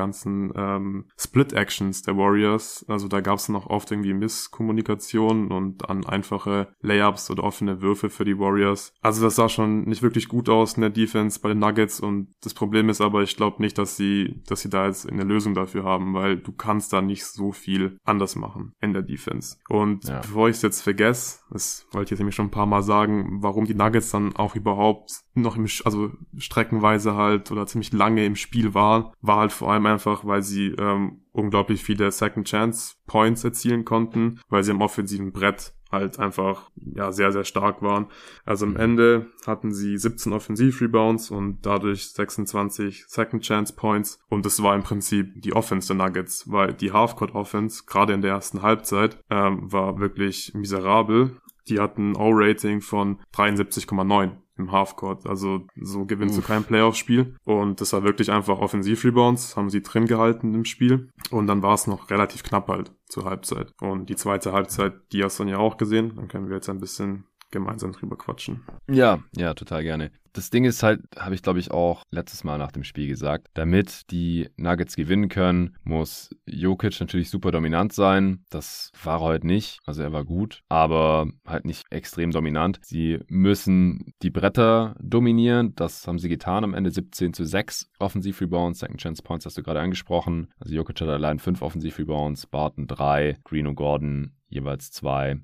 Split-Actions der Warriors. Also da gab es noch oft irgendwie Misskommunikation und an einfache Layups oder offene Würfe für die Warriors. Also das sah schon nicht wirklich gut aus in der Defense bei den Nuggets und das Problem ist aber, ich glaube nicht, dass sie da jetzt eine Lösung dafür haben, weil du kannst da nicht so viel anders machen in der Defense. Und bevor ich es jetzt vergesse, das wollte ich jetzt nämlich schon ein paar Mal sagen, warum die Nuggets dann auch überhaupt noch streckenweise halt oder ziemlich lange im Spiel war halt vor allem einfach, weil sie unglaublich viele Second Chance Points erzielen konnten, weil sie am offensiven Brett halt einfach sehr, sehr stark waren. Also am Ende hatten sie 17 Offensiv-Rebounds und dadurch 26 Second Chance Points und das war im Prinzip die Offense der Nuggets, weil die Half-Court-Offense gerade in der ersten Halbzeit war wirklich miserabel. Die hatten ein O-Rating von 73,9 im Halfcourt, also so gewinnst du kein Playoff-Spiel und das war wirklich einfach Offensiv-Rebounds, haben sie drin gehalten im Spiel und dann war es noch relativ knapp halt zur Halbzeit und die zweite Halbzeit, die hast du dann ja auch gesehen, dann können wir jetzt ein bisschen gemeinsam drüber quatschen. Ja, total gerne. Das Ding ist halt, habe ich glaube ich auch letztes Mal nach dem Spiel gesagt, damit die Nuggets gewinnen können, muss Jokic natürlich super dominant sein. Das war er heute nicht, also er war gut, aber halt nicht extrem dominant. Sie müssen die Bretter dominieren, das haben sie getan am Ende 17:6 Offensiv-Rebounds, Second Chance Points hast du gerade angesprochen. Also Jokic hat allein 5 Offensiv-Rebounds, Barton 3, Green und Gordon jeweils 2.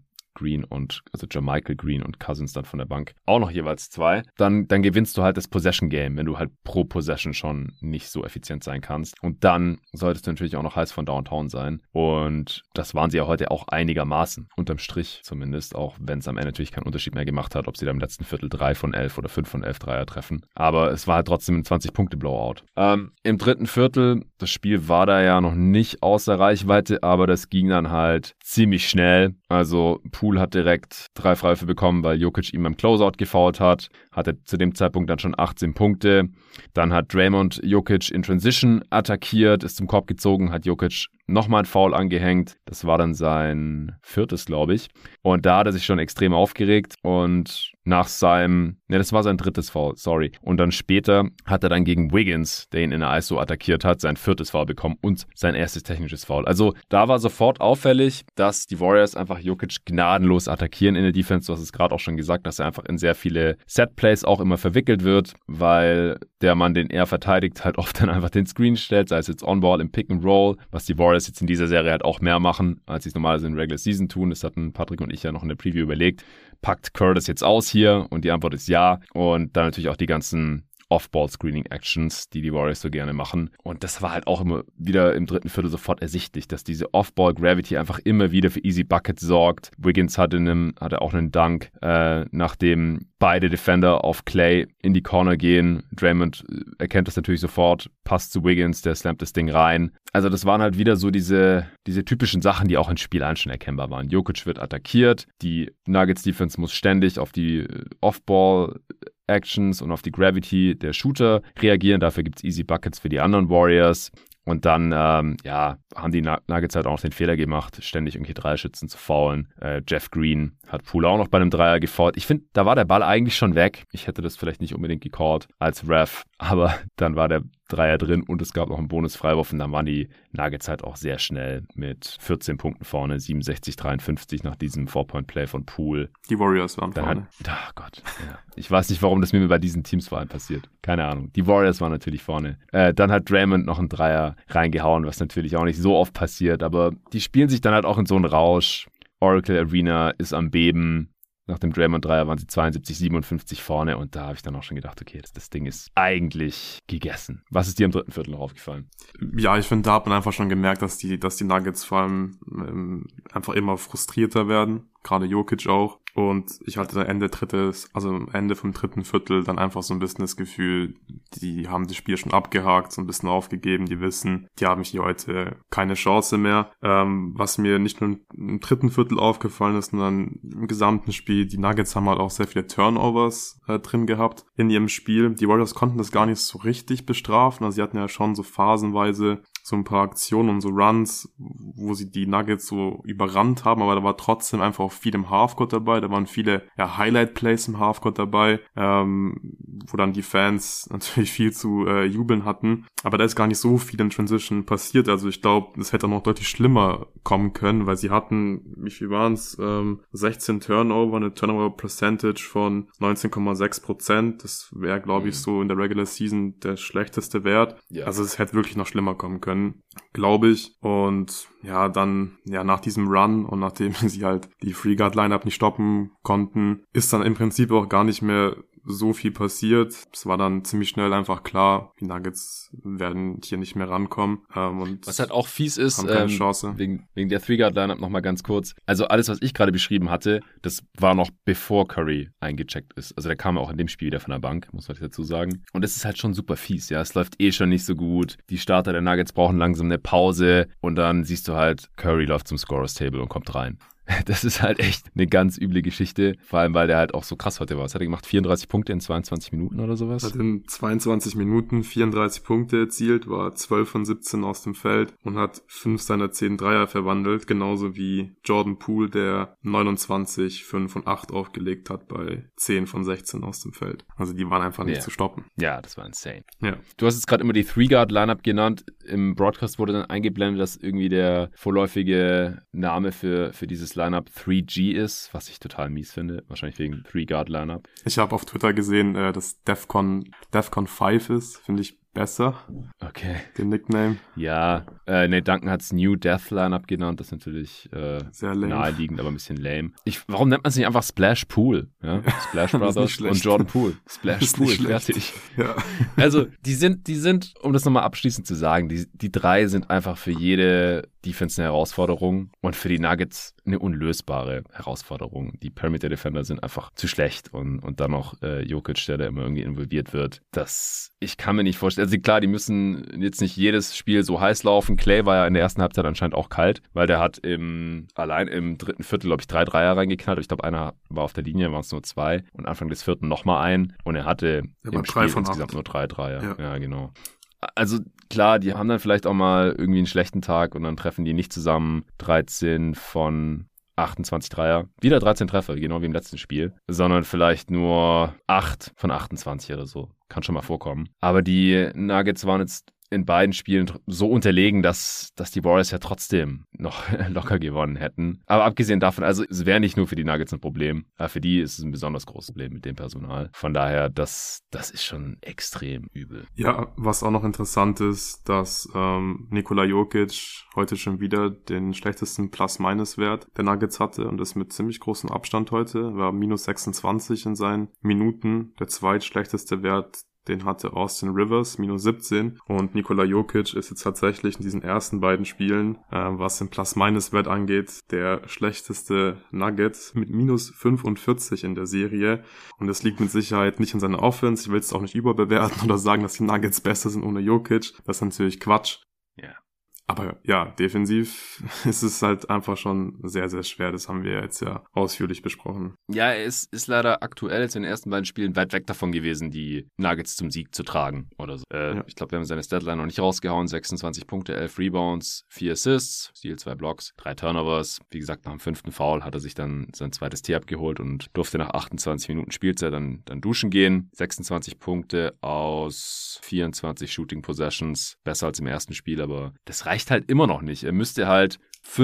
Jermichael Green und Cousins dann von der Bank auch noch jeweils 2, dann gewinnst du halt das Possession-Game, wenn du halt pro Possession schon nicht so effizient sein kannst. Und dann solltest du natürlich auch noch heiß von Downtown sein. Und das waren sie ja heute auch einigermaßen, unterm Strich zumindest, auch wenn es am Ende natürlich keinen Unterschied mehr gemacht hat, ob sie da im letzten Viertel 3 von 11 oder 5 von 11 Dreier treffen. Aber es war halt trotzdem ein 20-Punkte-Blowout. Im dritten Viertel, das Spiel war da ja noch nicht außer Reichweite, aber das ging dann halt ziemlich schnell. Also Poole hat direkt 3 Freiwürfe bekommen, weil Jokic ihm beim Closeout gefoult hat. Hatte zu dem Zeitpunkt dann schon 18 Punkte. Dann hat Draymond Jokic in Transition attackiert, ist zum Korb gezogen, hat Jokic nochmal ein Foul angehängt. Das war dann sein 4., glaube ich. Und da hat er sich schon extrem aufgeregt und das war sein 3. Foul, sorry. Und dann später hat er dann gegen Wiggins, der ihn in der ISO attackiert hat, sein 4. Foul bekommen und sein erstes technisches Foul. Also da war sofort auffällig, dass die Warriors einfach Jokic gnadenlos attackieren in der Defense. Du hast es gerade auch schon gesagt, dass er einfach in sehr viele Setplays auch immer verwickelt wird, weil der Mann, den er verteidigt, halt oft dann einfach den Screen stellt, sei es jetzt On-Ball im Pick-and-Roll, was die Warriors jetzt in dieser Serie halt auch mehr machen, als sie es normalerweise in Regular Season tun. Das hatten Patrick und ich ja noch in der Preview überlegt. Packt Curtis jetzt aus hier? Und die Antwort ist ja. Und dann natürlich auch die ganzen Off-Ball-Screening-Actions, die Warriors so gerne machen. Und das war halt auch immer wieder im dritten Viertel sofort ersichtlich, dass diese Off-Ball-Gravity einfach immer wieder für Easy Buckets sorgt. Wiggins hatte auch einen Dunk, nachdem beide Defender auf Clay in die Corner gehen. Draymond erkennt das natürlich sofort, passt zu Wiggins, der slammt das Ding rein. Also das waren halt wieder so diese typischen Sachen, die auch in Spiel 1 schon erkennbar waren. Jokic wird attackiert, die Nuggets-Defense muss ständig auf die Off-Ball-Actions und auf die Gravity der Shooter reagieren. Dafür gibt es Easy Buckets für die anderen Warriors. Und dann, haben die Nuggets halt auch noch den Fehler gemacht, ständig irgendwie Dreierschützen zu foulen. Jeff Green hat Poole auch noch bei einem Dreier gefoult. Ich finde, da war der Ball eigentlich schon weg. Ich hätte das vielleicht nicht unbedingt gecallt als Ref, aber dann war der Dreier drin und es gab noch einen Bonus-Freiwurf und dann waren die Nuggets halt auch sehr schnell mit 14 Punkten vorne, 67-53 nach diesem 4-Point-Play von Poole. Die Warriors waren vorne. Gott, ja. Ich weiß nicht, warum das mir bei diesen Teams vor allem passiert. Keine Ahnung. Die Warriors waren natürlich vorne. Dann hat Draymond noch einen Dreier reingehauen, was natürlich auch nicht so oft passiert, aber die spielen sich dann halt auch in so einen Rausch. Oracle Arena ist am Beben. Nach dem Draymond-Dreier waren sie 72-57 vorne und da habe ich dann auch schon gedacht, okay, das Ding ist eigentlich gegessen. Was ist dir im dritten Viertel noch aufgefallen? Ja, ich finde, da hat man einfach schon gemerkt, dass die Nuggets vor allem einfach immer frustrierter werden. Gerade Jokic auch. Und ich hatte am Ende vom dritten Viertel dann einfach so ein bisschen das Gefühl, die haben das Spiel schon abgehakt, so ein bisschen aufgegeben, die wissen, die haben hier heute keine Chance mehr. Was mir nicht nur im dritten Viertel aufgefallen ist, sondern im gesamten Spiel, die Nuggets haben halt auch sehr viele Turnovers drin gehabt in ihrem Spiel. Die Warriors konnten das gar nicht so richtig bestrafen, also sie hatten ja schon so phasenweise so ein paar Aktionen und so Runs, wo sie die Nuggets so überrannt haben, aber da war trotzdem einfach auch viel im Halfcourt dabei, da waren viele Highlight-Plays im Halfcourt dabei, wo dann die Fans natürlich viel zu jubeln hatten, aber da ist gar nicht so viel in Transition passiert, also ich glaube, es hätte auch noch deutlich schlimmer kommen können, weil sie hatten, wie viel waren es, 16 Turnover, eine Turnover-Percentage von 19,6%, das wäre, glaube ich, so in der Regular Season der schlechteste Wert, also es hätte wirklich noch schlimmer kommen können, glaube ich. Und dann nach diesem Run und nachdem sie halt die Free Guard Lineup nicht stoppen konnten, ist dann im Prinzip auch gar nicht mehr so viel passiert. Es war dann ziemlich schnell einfach klar, die Nuggets werden hier nicht mehr rankommen. Und was halt auch fies ist, haben keine Chance. Wegen der Three-Guard-Lineup nochmal ganz kurz. Also alles, was ich gerade beschrieben hatte, das war noch bevor Curry eingecheckt ist. Also der kam auch in dem Spiel wieder von der Bank, muss man dazu sagen. Und das ist halt schon super fies, ja. Es läuft schon nicht so gut. Die Starter der Nuggets brauchen langsam eine Pause und dann siehst du halt, Curry läuft zum Scorers-Table und kommt rein. Das ist halt echt eine ganz üble Geschichte, vor allem, weil der halt auch so krass heute war. Was hat er gemacht? 34 Punkte in 22 Minuten oder sowas? Hat in 22 Minuten 34 Punkte erzielt, war 12 von 17 aus dem Feld und hat 5 seiner 10 Dreier verwandelt, genauso wie Jordan Poole, der 29, 5 und 8 aufgelegt hat bei 10 von 16 aus dem Feld. Also die waren einfach nicht zu stoppen. Ja, das war insane. Ja. Du hast jetzt gerade immer die Three-Guard-Lineup genannt. Im Broadcast wurde dann eingeblendet, dass irgendwie der vorläufige Name für dieses Lineup 3G ist, was ich total mies finde. Wahrscheinlich wegen Three-Guard-Lineup. Ich habe auf Twitter gesehen, dass DEFCON 5 ist, finde ich besser. Okay. Den Nickname. Ja, Nate Duncan hat's New Death Lineup genannt. Das ist natürlich sehr lame. Naheliegend, aber ein bisschen lame. Warum nennt man es nicht einfach Splash Pool? Ja? Splash Brothers und Jordan Poole. Splash Pool, fertig. Ja. Also, die sind, um das nochmal abschließend zu sagen, die drei sind einfach für jede Defense eine Herausforderung und für die Nuggets eine unlösbare Herausforderung. Die Perimeter Defender sind einfach zu schlecht und dann noch Jokic, der da immer irgendwie involviert wird. Ich kann mir nicht vorstellen, also klar, die müssen jetzt nicht jedes Spiel so heiß laufen. Clay war ja in der ersten Halbzeit anscheinend auch kalt, weil der hat allein im dritten Viertel, glaube ich, 3 Dreier reingeknallt. Ich glaube, einer war auf der Linie, waren es nur 2 und Anfang des vierten nochmal einen und er hatte im Spiel insgesamt nur 3 Dreier. Ja, genau. Also klar, die haben dann vielleicht auch mal irgendwie einen schlechten Tag und dann treffen die nicht zusammen 13 von 28 Dreier. Wieder 13 Treffer, genau wie im letzten Spiel. Sondern vielleicht nur 8 von 28 oder so. Kann schon mal vorkommen. Aber die Nuggets waren jetzt in beiden Spielen so unterlegen, dass die Warriors ja trotzdem noch locker gewonnen hätten. Aber abgesehen davon, also es wäre nicht nur für die Nuggets ein Problem, aber für die ist es ein besonders großes Problem mit dem Personal. Von daher, das ist schon extrem übel. Ja, was auch noch interessant ist, dass Nikola Jokic heute schon wieder den schlechtesten Plus-Minus-Wert der Nuggets hatte und das mit ziemlich großem Abstand heute. War minus 26 in seinen Minuten, der zweitschlechteste Wert den hatte Austin Rivers, minus 17. Und Nikola Jokic ist jetzt tatsächlich in diesen ersten beiden Spielen, was den Plus-Minus-Wert angeht, der schlechteste Nugget mit minus 45 in der Serie. Und das liegt mit Sicherheit nicht an seiner Offense. Ich will es auch nicht überbewerten oder sagen, dass die Nuggets besser sind ohne Jokic. Das ist natürlich Quatsch. Ja. Aber ja, defensiv ist es halt einfach schon sehr, sehr schwer. Das haben wir jetzt ja ausführlich besprochen. Ja, er ist leider aktuell jetzt in den ersten beiden Spielen weit weg davon gewesen, die Nuggets zum Sieg zu tragen oder so. Ich glaube, wir haben seine Statline noch nicht rausgehauen. 26 Punkte, 11 Rebounds, 4 Assists, Steal 2 Blocks, 3 Turnovers. Wie gesagt, nach dem 5. Foul hat er sich dann sein zweites Tee abgeholt und durfte nach 28 Minuten Spielzeit dann duschen gehen. 26 Punkte aus 24 Shooting Possessions. Besser als im ersten Spiel, aber das reicht halt immer noch nicht. Er müsste halt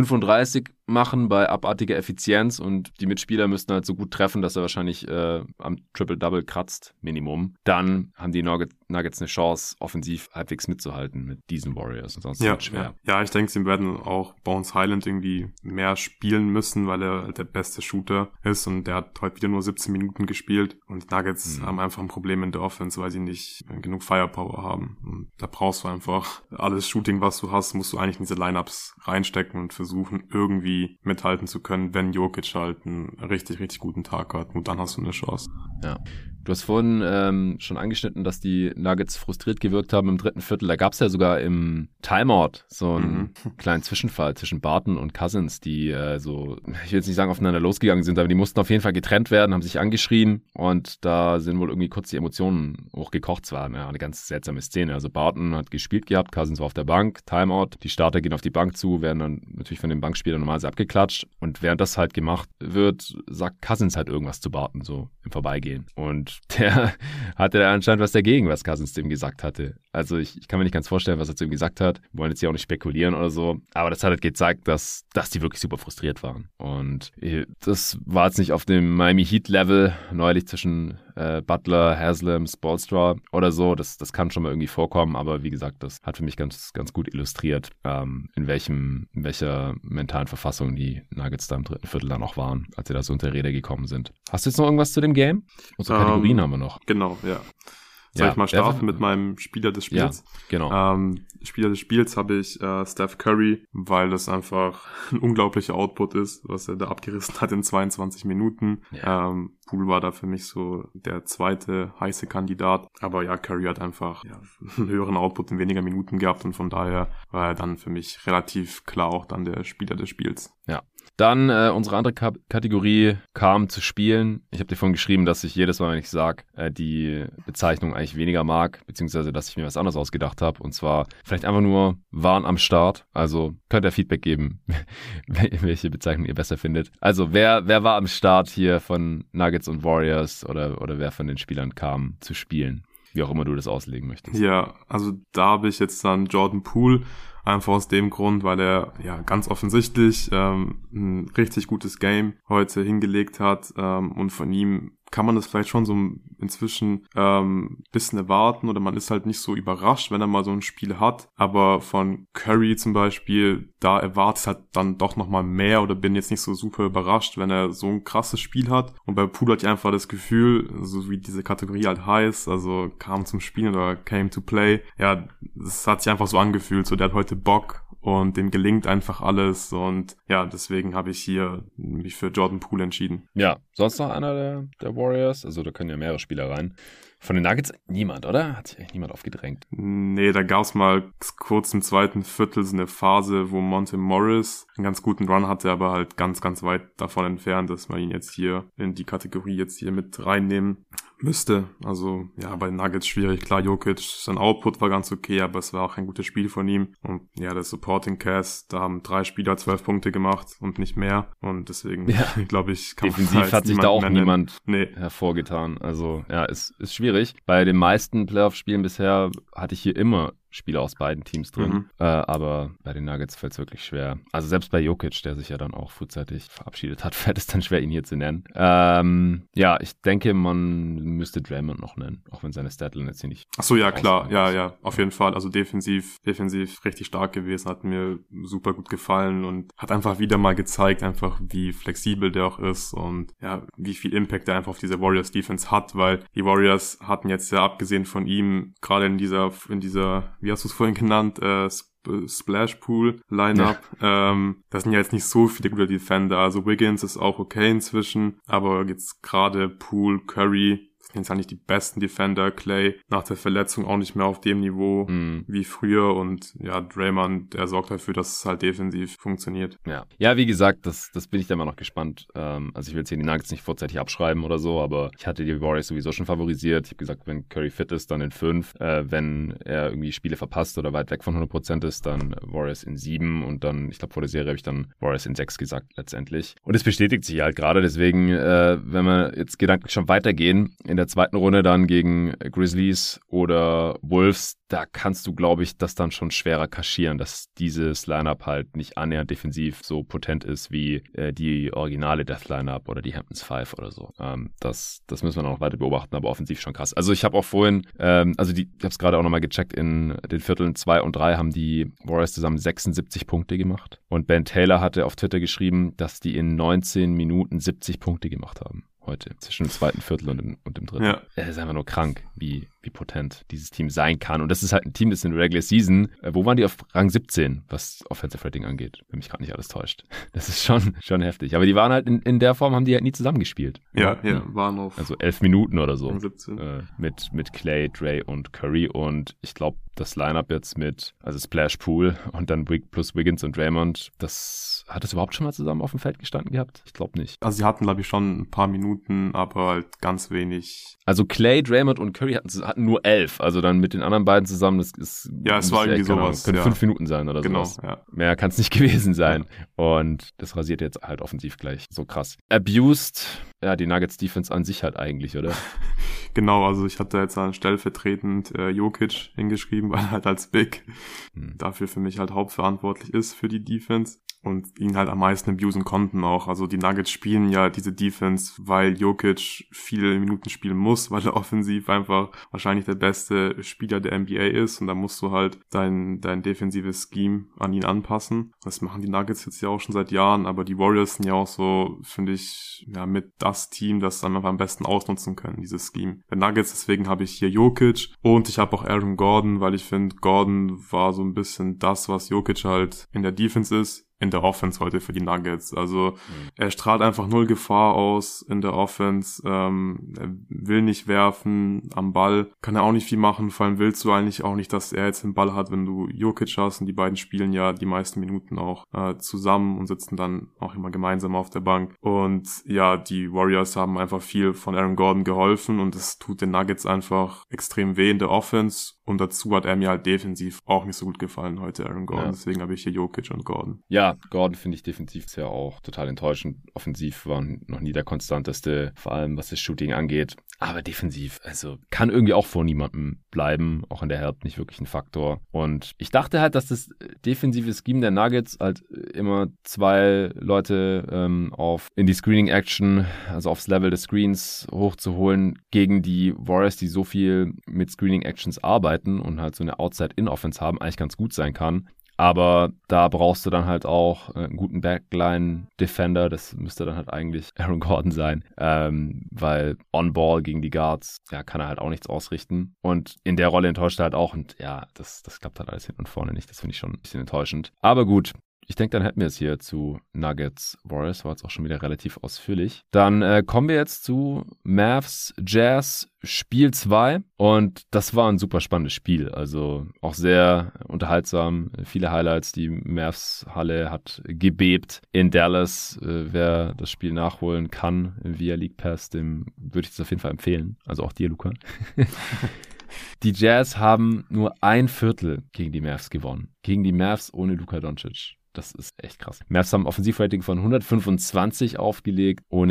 35 machen bei abartiger Effizienz und die Mitspieler müssten halt so gut treffen, dass er wahrscheinlich am Triple-Double kratzt, Minimum. Dann haben die Nuggets eine Chance, offensiv halbwegs mitzuhalten mit diesen Warriors. Und sonst ist es schwer. Ja, ich denke, sie werden auch Bones Highland irgendwie mehr spielen müssen, weil er halt der beste Shooter ist und der hat heute wieder nur 17 Minuten gespielt und die Nuggets haben einfach ein Problem in der Offense, weil sie nicht genug Firepower haben. Und da brauchst du einfach alles Shooting, was du hast, musst du eigentlich in diese Lineups reinstecken und versuchen, irgendwie mithalten zu können, wenn Jokic halt einen richtig, richtig guten Tag hat. Und dann hast du eine Chance. Ja. Du hast vorhin schon angeschnitten, dass die Nuggets frustriert gewirkt haben im dritten Viertel. Da gab es ja sogar im Timeout so einen kleinen Zwischenfall zwischen Barton und Cousins, die ich will jetzt nicht sagen aufeinander losgegangen sind, aber die mussten auf jeden Fall getrennt werden, haben sich angeschrien und da sind wohl irgendwie kurz die Emotionen hochgekocht. Es war eine ganz seltsame Szene. Also Barton hat gespielt gehabt, Cousins war auf der Bank, Timeout, die Starter gehen auf die Bank zu, werden dann natürlich von den Bankspielern normalerweise abgeklatscht und während das halt gemacht wird, sagt Cousins halt irgendwas zu Barton, so im Vorbeigehen. Und der hatte anscheinend was dagegen, was Cousins dem gesagt hatte. Also ich kann mir nicht ganz vorstellen, was er zu ihm gesagt hat. Wir wollen jetzt hier auch nicht spekulieren oder so. Aber das hat halt gezeigt, dass die wirklich super frustriert waren. Und das war jetzt nicht auf dem Miami Heat Level neulich zwischen Butler, Haslam, Spoelstra oder so. Das kann schon mal irgendwie vorkommen. Aber wie gesagt, das hat für mich ganz, ganz gut illustriert, in welcher mentalen Verfassung die Nuggets da im dritten Viertel dann noch waren, als sie da so unter Rede gekommen sind. Hast du jetzt noch irgendwas zu dem Game? Unsere Kategorien haben wir noch. Genau, ja. Soll ich mal starten mit meinem Spieler des Spiels? Ja, genau. Spieler des Spiels habe ich Steph Curry, weil das einfach ein unglaublicher Output ist, was er da abgerissen hat in 22 Minuten. Ja. Poole war da für mich so der zweite heiße Kandidat. Aber ja, Curry hat einfach einen höheren Output in weniger Minuten gehabt und von daher war er dann für mich relativ klar auch dann der Spieler des Spiels. Ja. Dann unsere andere Kategorie kam zu spielen. Ich habe dir vorhin geschrieben, dass ich jedes Mal, wenn ich sage, die Bezeichnung eigentlich weniger mag, beziehungsweise dass ich mir was anderes ausgedacht habe. Und zwar vielleicht einfach nur waren am Start. Also könnt ihr Feedback geben, welche Bezeichnung ihr besser findet. Also wer war am Start hier von Nuggets und Warriors oder wer von den Spielern kam zu spielen? Wie auch immer du das auslegen möchtest. Ja, also da habe ich jetzt dann Jordan Poole. Einfach aus dem Grund, weil er ganz offensichtlich ein richtig gutes Game heute hingelegt hat und von ihm kann man das vielleicht schon so inzwischen bisschen erwarten oder man ist halt nicht so überrascht, wenn er mal so ein Spiel hat, aber von Curry zum Beispiel, da erwartet halt dann doch nochmal mehr oder bin jetzt nicht so super überrascht, wenn er so ein krasses Spiel hat und bei Poole hatte ich einfach das Gefühl, so wie diese Kategorie halt heißt, also kam zum Spielen oder came to play, ja, das hat sich einfach so angefühlt, so der hat heute Bock und dem gelingt einfach alles und ja, deswegen habe ich hier mich für Jordan Poole entschieden. Ja, sonst noch einer der Warriors? Also da können ja mehrere Spieler rein. Von den Nuggets niemand, oder? Hat sich eigentlich niemand aufgedrängt? Nee, da gab's mal kurz im zweiten Viertel so eine Phase, wo Monte Morris einen ganz guten Run hatte, aber halt ganz, ganz weit davon entfernt, dass man ihn jetzt hier in die Kategorie jetzt hier mit reinnehmen müsste. Also ja, bei den Nuggets schwierig. Klar, Jokic, sein Output war ganz okay, aber es war auch ein gutes Spiel von ihm. Und ja, der Supporting Cast, da haben 3 Spieler 12 Punkte gemacht und nicht mehr. Und deswegen, glaube ich, kann defensiv man hat sich da auch niemand hervorgetan. Also ja, ist schwierig. Bei den meisten Playoff-Spielen bisher hatte ich hier immer Spieler aus beiden Teams drin. Aber bei den Nuggets fällt es wirklich schwer. Also selbst bei Jokic, der sich ja dann auch frühzeitig verabschiedet hat, fällt es dann schwer, ihn hier zu nennen. Ja, ich denke, man müsste Draymond noch nennen, auch wenn seine Statline jetzt hier nicht... Ach so, ja, klar. Ja, auf jeden Fall. Also defensiv richtig stark gewesen, hat mir super gut gefallen und hat einfach wieder mal gezeigt, einfach wie flexibel der auch ist und ja, wie viel Impact er einfach auf diese Warriors-Defense hat, weil die Warriors hatten jetzt ja abgesehen von ihm gerade in dieser, wie hast du es vorhin genannt, Splash Pool Lineup. Ja. Das sind ja jetzt nicht so viele gute Defender. Also Wiggins ist auch okay inzwischen, aber jetzt gerade Poole, Curry sind jetzt eigentlich die besten Defender. Clay nach der Verletzung auch nicht mehr auf dem Niveau wie früher und ja, Draymond, der sorgt dafür, dass es halt defensiv funktioniert. Ja, wie gesagt, das bin ich dann mal noch gespannt. Also ich will jetzt hier die Nuggets nicht vorzeitig abschreiben oder so, aber ich hatte die Warriors sowieso schon favorisiert. Ich habe gesagt, wenn Curry fit ist, dann in 5. Wenn er irgendwie Spiele verpasst oder weit weg von 100% ist, dann Warriors in 7 und dann, ich glaube vor der Serie habe ich dann Warriors in 6 gesagt letztendlich. Und es bestätigt sich halt gerade, deswegen, wenn wir jetzt gedanklich schon weitergehen, in der zweiten Runde dann gegen Grizzlies oder Wolves, da kannst du, glaube ich, das dann schon schwerer kaschieren, dass dieses Lineup halt nicht annähernd defensiv so potent ist wie die originale Death Lineup oder die Hamptons 5 oder so. Das müssen wir noch weiter beobachten, aber offensiv schon krass. Also ich habe auch vorhin, ich habe es gerade auch nochmal gecheckt, in den Vierteln 2 und 3 haben die Warriors zusammen 76 Punkte gemacht und Ben Taylor hatte auf Twitter geschrieben, dass die in 19 Minuten 70 Punkte gemacht haben. Heute, zwischen dem zweiten Viertel und dem dritten. Ja. Es ist einfach nur krank, wie potent dieses Team sein kann. Und das ist halt ein Team, das in der Regular Season, wo waren die auf Rang 17, was Offensive Rating angeht, wenn mich gerade nicht alles täuscht. Das ist schon heftig. Aber die waren halt in der Form, haben die halt nie zusammengespielt. Ja, waren auf... Also 11 Minuten oder so. Rang 17. Mit Clay, Dre und Curry und ich glaube, das Lineup jetzt mit, also Splash Pool und dann plus Wiggins und Draymond, hat das überhaupt schon mal zusammen auf dem Feld gestanden gehabt? Ich glaube nicht. Also sie hatten, glaube ich, schon ein paar Minuten, aber halt ganz wenig. Also Clay, Draymond und Curry hatten nur 11, also dann mit den anderen beiden zusammen, das ist... Ja, es war irgendwie sowas. Könnte 5 Minuten sein oder genau, sowas. Ja. Mehr kann es nicht gewesen sein. Und das rasiert jetzt halt offensiv gleich so krass. Abused, ja, die Nuggets-Defense an sich halt eigentlich, oder? Genau, also ich hatte jetzt dann stellvertretend Jokic hingeschrieben, weil er halt als Big dafür für mich halt hauptverantwortlich ist für die Defense. Und ihn halt am meisten abusen konnten auch. Also die Nuggets spielen ja diese Defense, weil Jokic viele Minuten spielen muss, weil er offensiv einfach wahrscheinlich der beste Spieler der NBA ist. Und da musst du halt dein defensives Scheme an ihn anpassen. Das machen die Nuggets jetzt ja auch schon seit Jahren. Aber die Warriors sind ja auch so, finde ich, ja mit das Team, das dann einfach am besten ausnutzen können, dieses Scheme. Der Nuggets, deswegen habe ich hier Jokic. Und ich habe auch Aaron Gordon, weil ich finde, Gordon war so ein bisschen das, was Jokic halt in der Defense ist. In der Offense heute für die Nuggets. Also er strahlt einfach 0 Gefahr aus in der Offense. Er will nicht werfen am Ball. Kann er auch nicht viel machen. Vor allem willst du eigentlich auch nicht, dass er jetzt den Ball hat, wenn du Jokic hast. Und die beiden spielen ja die meisten Minuten auch zusammen und sitzen dann auch immer gemeinsam auf der Bank. Und ja, die Warriors haben einfach viel von Aaron Gordon geholfen und es tut den Nuggets einfach extrem weh in der Offense. Und dazu hat er mir halt defensiv auch nicht so gut gefallen heute, Aaron Gordon. Ja. Deswegen habe ich hier Jokic und Gordon. Ja, Gordon finde ich defensiv ja auch total enttäuschend. Offensiv war noch nie der konstanteste, vor allem was das Shooting angeht. Aber defensiv, also kann irgendwie auch vor niemandem bleiben. Auch in der Help nicht wirklich ein Faktor. Und ich dachte halt, dass das defensive Scheme der Nuggets halt immer 2 Leute in die Screening-Action, also aufs Level des Screens hochzuholen, gegen die Warriors, die so viel mit Screening-Actions arbeiten und halt so eine Outside-In-Offense haben, eigentlich ganz gut sein kann. Aber da brauchst du dann halt auch einen guten Backline-Defender. Das müsste dann halt eigentlich Aaron Gordon sein, weil On-Ball gegen die Guards, ja, kann er halt auch nichts ausrichten. Und in der Rolle enttäuscht er halt auch. Und ja, das klappt halt alles hinten und vorne nicht. Das finde ich schon ein bisschen enttäuschend. Aber gut. Ich denke, dann hätten wir es hier zu Nuggets Warriors, war jetzt auch schon wieder relativ ausführlich. Dann kommen wir jetzt zu Mavs Jazz Spiel 2 und das war ein super spannendes Spiel, also auch sehr unterhaltsam, viele Highlights, die Mavs Halle hat gebebt in Dallas. Wer das Spiel nachholen kann via League Pass, dem würde ich das auf jeden Fall empfehlen, also auch dir, Luca. Die Jazz haben nur ein Viertel gegen die Mavs gewonnen, gegen die Mavs ohne Luka Doncic. Das ist echt krass. Mavs haben ein Offensivrating von 125 aufgelegt, ohne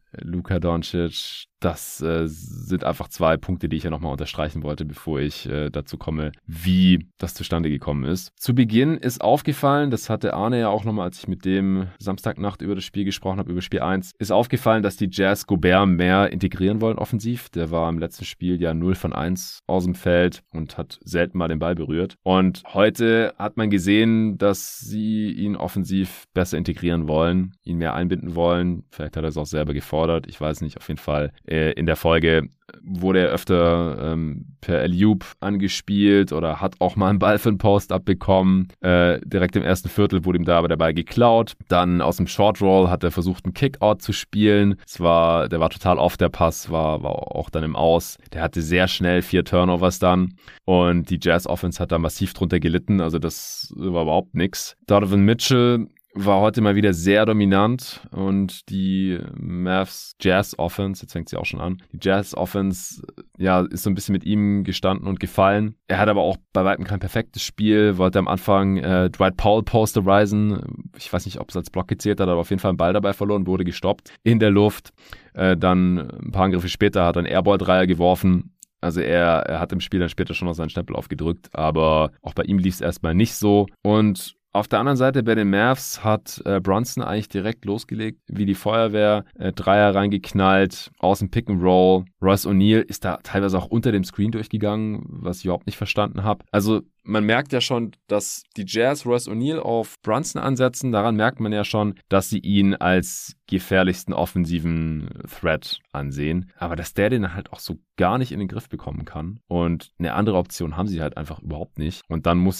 Luka Doncic, das sind einfach 2 Punkte, die ich ja nochmal unterstreichen wollte, bevor ich dazu komme, wie das zustande gekommen ist. Zu Beginn ist aufgefallen, das hatte Arne ja auch nochmal, als ich mit dem Samstagnacht über das Spiel gesprochen habe, über Spiel 1, ist aufgefallen, dass die Jazz Gobert mehr integrieren wollen offensiv. Der war im letzten Spiel ja 0 von 1 aus dem Feld und hat selten mal den Ball berührt. Und heute hat man gesehen, dass sie ihn offensiv besser integrieren wollen, ihn mehr einbinden wollen. Vielleicht hat er es auch selber gefordert, ich weiß nicht, auf jeden Fall. In der Folge wurde er öfter per Alley-oop angespielt oder hat auch mal einen Ball für einen Post-Up bekommen. Direkt im ersten Viertel wurde ihm da aber der Ball geklaut. Dann aus dem Short-Roll hat er versucht, einen Kick-Out zu spielen. Der war total off, der Pass, war auch dann im Aus. Der hatte sehr schnell 4 Turnovers dann und die Jazz-Offense hat da massiv drunter gelitten. Also das war überhaupt nichts. Donovan Mitchell war heute mal wieder sehr dominant und die Mavs Jazz Offense, jetzt fängt sie auch schon an, die Jazz Offense, ja, ist so ein bisschen mit ihm gestanden und gefallen. Er hat aber auch bei weitem kein perfektes Spiel, wollte am Anfang Dwight Powell posterisen. Ich weiß nicht, ob es als Block gezählt hat, aber auf jeden Fall einen Ball dabei verloren, wurde gestoppt in der Luft. Dann ein paar Angriffe später hat er einen Airball-Dreier geworfen. Also er hat im Spiel dann später schon noch seinen Stempel aufgedrückt, aber auch bei ihm lief es erstmal nicht so. Und auf der anderen Seite bei den Mavs hat Brunson eigentlich direkt losgelegt, wie die Feuerwehr, Dreier reingeknallt, aus dem Pick and Roll. Royce O'Neal ist da teilweise auch unter dem Screen durchgegangen, was ich überhaupt nicht verstanden habe. Also man merkt ja schon, dass die Jazz Royce O'Neal auf Brunson ansetzen. Daran merkt man ja schon, dass sie ihn als gefährlichsten offensiven Threat ansehen. Aber dass der den halt auch so gar nicht in den Griff bekommen kann. Und eine andere Option haben sie halt einfach überhaupt nicht. Und dann müssen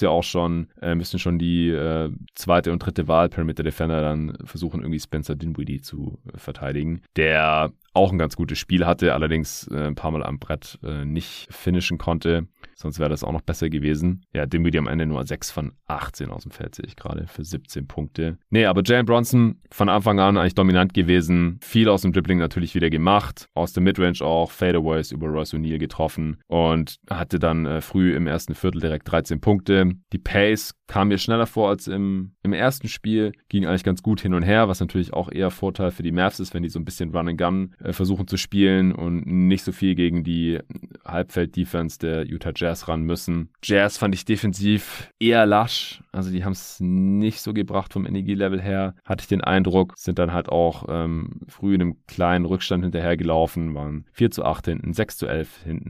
schon die zweite und dritte Wahl Perimeter Defender dann versuchen, irgendwie Spencer Dinwiddie zu verteidigen. Der auch ein ganz gutes Spiel hatte, allerdings ein paar Mal am Brett nicht finishen konnte. Sonst wäre das auch noch besser gewesen. Ja, Dinwiddie am Ende nur 6 von 18 aus dem Feld, sehe ich gerade, für 17 Punkte. Nee, aber Jalen Brunson von Anfang an eigentlich dominant gewesen. Viel aus dem Dribbling natürlich wieder gemacht. Aus der Midrange auch Fadeaways über Royce O'Neal getroffen und hatte dann früh im ersten Viertel direkt 13 Punkte. Die Pace kam mir schneller vor als im ersten Spiel. Ging eigentlich ganz gut hin und her, was natürlich auch eher Vorteil für die Mavs ist, wenn die so ein bisschen Run and Gun versuchen zu spielen und nicht so viel gegen die Halbfeld-Defense der Utah Jazz ran müssen. Jazz fand ich defensiv eher lasch. Also die haben es nicht so gebracht vom Energielevel her, hatte ich den Eindruck. Sind dann halt auch früh in einem kleinen Rückstand hinterhergelaufen, waren 4-8 hinten, 6-11 hinten,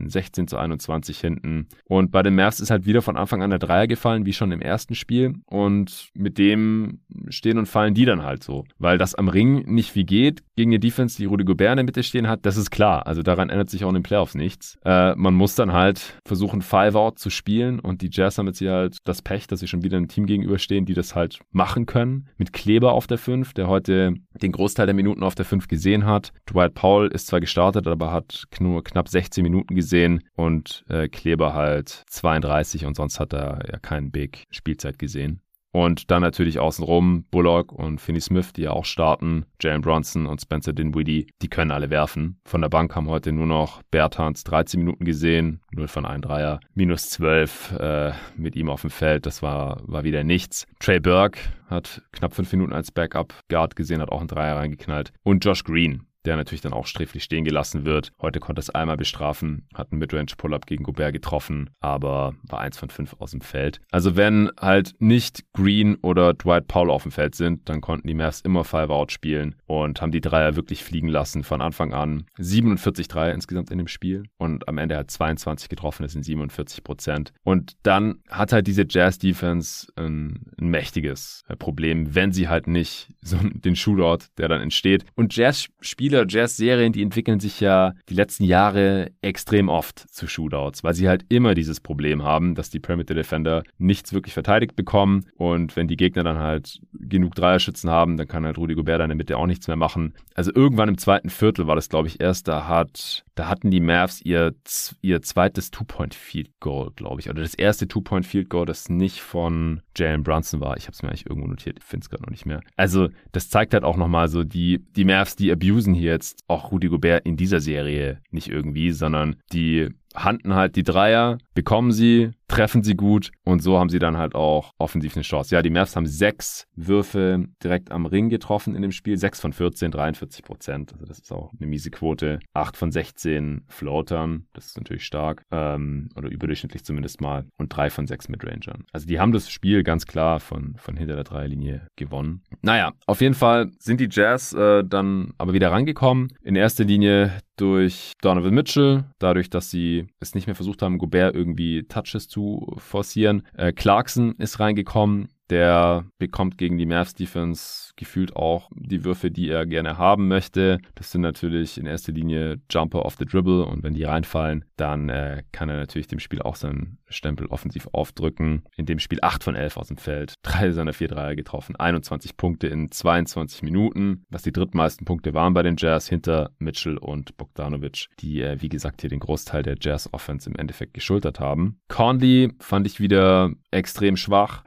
16-21 hinten. Und bei den Mavs ist halt wieder von Anfang an der Dreier gefallen, wie schon im ersten Spiel. Und mit dem stehen und fallen die dann halt so. Weil das am Ring nicht wie geht gegen eine Defense, die Rudy Gobert in der Mitte stehen hat, das ist klar. Also daran ändert sich auch in den Playoffs nichts. Man muss dann halt versuchen, Five-Out zu spielen und die Jazz haben jetzt hier halt das Pech, dass sie schon wieder einem Team gegenüberstehen, die das halt machen können. Mit Kleber auf der 5, der heute den Großteil der Minuten auf der 5 gesehen hat. Dwight Powell ist zwar gestartet, aber hat nur knapp 16 Minuten gesehen und Kleber halt 32 und sonst hat er ja keinen Big Spielzeit gesehen. Und dann natürlich außenrum Bullock und Finney-Smith, die ja auch starten. Jalen Brunson und Spencer Dinwiddie, die können alle werfen. Von der Bank haben heute nur noch Bertans 13 Minuten gesehen, 0 von 1 Dreier, minus 12 mit ihm auf dem Feld, das war wieder nichts. Trey Burke hat knapp 5 Minuten als Backup-Guard gesehen, hat auch einen Dreier reingeknallt. Und Josh Green, der natürlich dann auch sträflich stehen gelassen wird. Heute konnte es einmal bestrafen, hat einen Midrange-Pull-Up gegen Gobert getroffen, aber war 1 von 5 aus dem Feld. Also wenn halt nicht Green oder Dwight Powell auf dem Feld sind, dann konnten die Mavs immer Five-Out spielen und haben die Dreier wirklich fliegen lassen von Anfang an. 47 Dreier insgesamt in dem Spiel und am Ende hat 22 getroffen, das sind 47%. Und dann hat halt diese Jazz-Defense ein mächtiges Problem, wenn sie halt nicht so den Shootout, der dann entsteht. Und Jazz-Spieler, Jazz-Serien, die entwickeln sich ja die letzten Jahre extrem oft zu Shootouts, weil sie halt immer dieses Problem haben, dass die Perimeter Defender nichts wirklich verteidigt bekommen und wenn die Gegner dann halt genug Dreierschützen haben, dann kann halt Rudy Gobert da in der Mitte auch nichts mehr machen. Also irgendwann im zweiten Viertel war das, glaube ich, erst, da hatten die Mavs ihr zweites Two-Point-Field-Goal, glaube ich, oder das erste Two-Point-Field-Goal, das nicht von Jalen Brunson war. Ich habe es mir eigentlich irgendwo notiert, ich finde es gerade noch nicht mehr. Also das zeigt halt auch nochmal so, die Mavs, die abusen hier jetzt auch Rudy Gobert in dieser Serie nicht irgendwie, sondern die handen halt die Dreier, bekommen sie, treffen sie gut und so haben sie dann halt auch offensiv eine Chance. Ja, die Mavs haben 6 Würfe direkt am Ring getroffen in dem Spiel, 6 von 14, 43%. Also das ist auch eine miese Quote. 8 von 16 Floatern, das ist natürlich stark, oder überdurchschnittlich zumindest mal, und 3 von 6 Midrangern. Also die haben das Spiel ganz klar von hinter der Dreierlinie gewonnen. Naja, auf jeden Fall sind die Jazz dann aber wieder rangekommen. In erster Linie durch Donovan Mitchell, dadurch, dass sie es nicht mehr versucht haben, Gobert irgendwie Touches zu forcieren. Clarkson ist reingekommen. Der bekommt gegen die Mavs-Defense gefühlt auch die Würfe, die er gerne haben möchte. Das sind natürlich in erster Linie Jumper off the dribble und wenn die reinfallen, dann kann er natürlich dem Spiel auch seinen Stempel offensiv aufdrücken. In dem Spiel 8 von 11 aus dem Feld, 3 seiner 4 Dreier getroffen, 21 Punkte in 22 Minuten, was die drittmeisten Punkte waren bei den Jazz hinter Mitchell und Bogdanovic, die wie gesagt hier den Großteil der Jazz-Offense im Endeffekt geschultert haben. Conley fand ich wieder extrem schwach,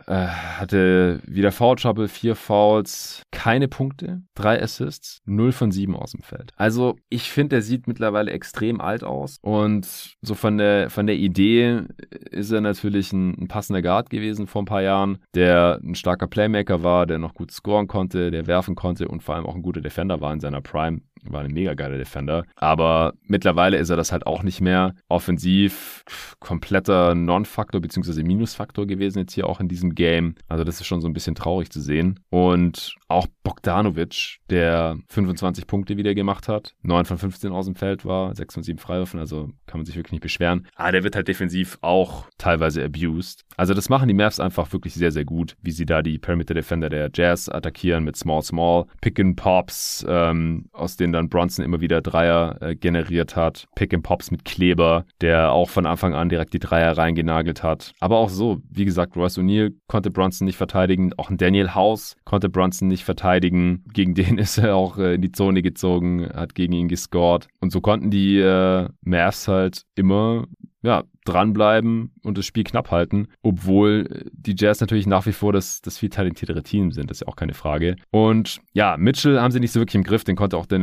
hatte wieder Foul Trouble, 4 Fouls, keine Punkte, 3 Assists, 0 von 7 aus dem Feld. Also ich finde, der sieht mittlerweile extrem alt aus und so von der Idee ist er natürlich ein passender Guard gewesen vor ein paar Jahren, der ein starker Playmaker war, der noch gut scoren konnte, der werfen konnte und vor allem auch ein guter Defender war in seiner Prime. War ein mega geiler Defender. Aber mittlerweile ist er das halt auch nicht mehr. Offensiv kompletter Non-Faktor bzw. Minusfaktor gewesen jetzt hier auch in diesem Game. Also das ist schon so ein bisschen traurig zu sehen. Und auch Bogdanovic, der 25 Punkte wieder gemacht hat, 9 von 15 aus dem Feld war, 6 von 7 Freiwürfen, also kann man sich wirklich nicht beschweren. Aber der wird halt defensiv auch teilweise abused. Also das machen die Mavs einfach wirklich sehr, sehr gut, wie sie da die Perimeter Defender der Jazz attackieren mit Small, Pick and Pops, aus denen dann Bronson immer wieder Dreier generiert hat. Pick and Pops mit Kleber, der auch von Anfang an direkt die Dreier reingenagelt hat. Aber auch so, wie gesagt, Royce O'Neal konnte Bronson nicht verteidigen. Auch ein Daniel House konnte Bronson nicht verteidigen. Gegen den ist er auch in die Zone gezogen, hat gegen ihn gescored. Und so konnten die Mavs halt immer dranbleiben und das Spiel knapp halten, obwohl die Jazz natürlich nach wie vor das viel talentiertere Team sind, das ist ja auch keine Frage. Und ja, Mitchell haben sie nicht so wirklich im Griff, den konnte auch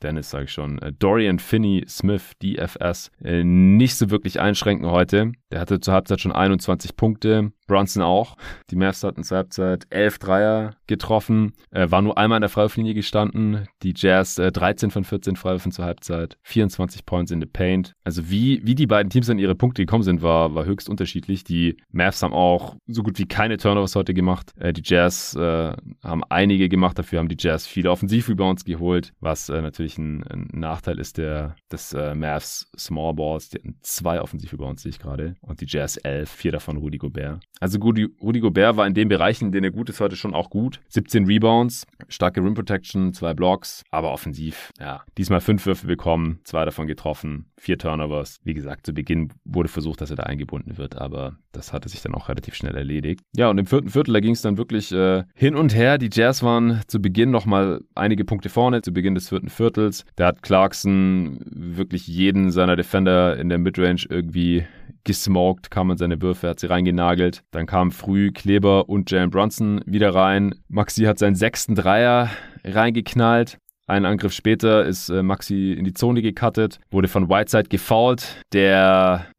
Dorian Finney-Smith, DFS, nicht so wirklich einschränken heute. Der hatte zur Halbzeit schon 21 Punkte, Bronson auch. Die Mavs hatten zur Halbzeit 11 Dreier getroffen, war nur einmal in der Freiwurflinie gestanden. Die Jazz 13 von 14 Freiwürfen zur Halbzeit, 24 Points in the Paint. Also wie die beiden Teams an ihre Punkte gekommen sind, war höchst unterschiedlich. Die Mavs haben auch so gut wie keine Turnovers heute gemacht. Die Jazz haben einige gemacht, dafür haben die Jazz viele Offensivrebounds geholt, was natürlich ein Nachteil ist des Mavs Small Balls. Die hatten 2 Offensivrebounds, sehe ich gerade, und die Jazz 11, 4 davon Rudy Gobert. Also Rudy Gobert war in den Bereichen, in denen er gut ist, heute schon auch gut. 17 Rebounds, starke Rim Protection, 2 Blocks, aber offensiv, diesmal 5 Würfe bekommen, 2 davon getroffen, 4 Turnovers. Wie gesagt, zu Beginn wurde versucht, dass er da eingebunden wird, aber das hatte sich dann auch relativ schnell erledigt. Ja, und im 4. Viertel, da ging es dann wirklich hin und her. Die Jazz waren zu Beginn nochmal einige Punkte vorne, zu Beginn des 4. Viertels. Da hat Clarkson wirklich jeden seiner Defender in der Midrange irgendwie gesmoked, kam an seine Würfe, hat sie reingenagelt. Dann kamen früh Kleber und Jalen Brunson wieder rein. Maxi hat seinen 6. Dreier reingeknallt. Einen Angriff später ist Maxi in die Zone gecuttet, wurde von Whiteside gefoult, der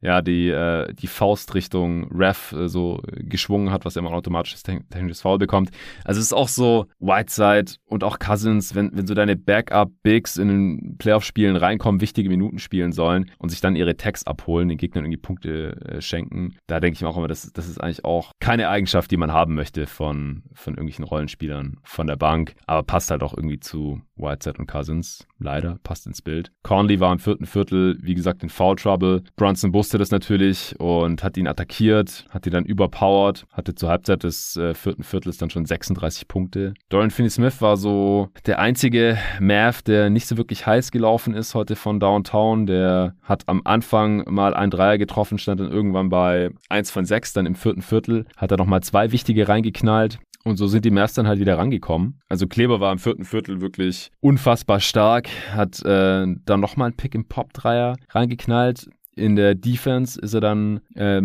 die Faust Richtung Ref so geschwungen hat, was immer ein automatisches technisches Foul bekommt. Also es ist auch so, Whiteside und auch Cousins, wenn so deine Backup-Bigs in den Playoff-Spielen reinkommen, wichtige Minuten spielen sollen und sich dann ihre Tags abholen, den Gegnern irgendwie Punkte schenken, da denke ich mir auch immer, das ist eigentlich auch keine Eigenschaft, die man haben möchte von irgendwelchen Rollenspielern von der Bank, aber passt halt auch irgendwie zu Whiteside und Cousins. Leider, passt ins Bild. Conley war im 4. Viertel, wie gesagt, in Foul Trouble. Brunson wusste das natürlich und hat ihn attackiert, hat ihn dann überpowered, hatte zur Halbzeit des 4. Viertels dann schon 36 Punkte. Dorian Finney-Smith war so der einzige Mav, der nicht so wirklich heiß gelaufen ist heute von Downtown. Der hat am Anfang mal einen Dreier getroffen, stand dann irgendwann bei 1 von 6, dann im 4. Viertel hat er nochmal 2 wichtige reingeknallt. Und so sind die Mavs dann halt wieder rangekommen. Also Kleber war im 4. Viertel wirklich unfassbar stark, hat dann nochmal einen Pick-and-Pop-Dreier reingeknallt. in der Defense ist er dann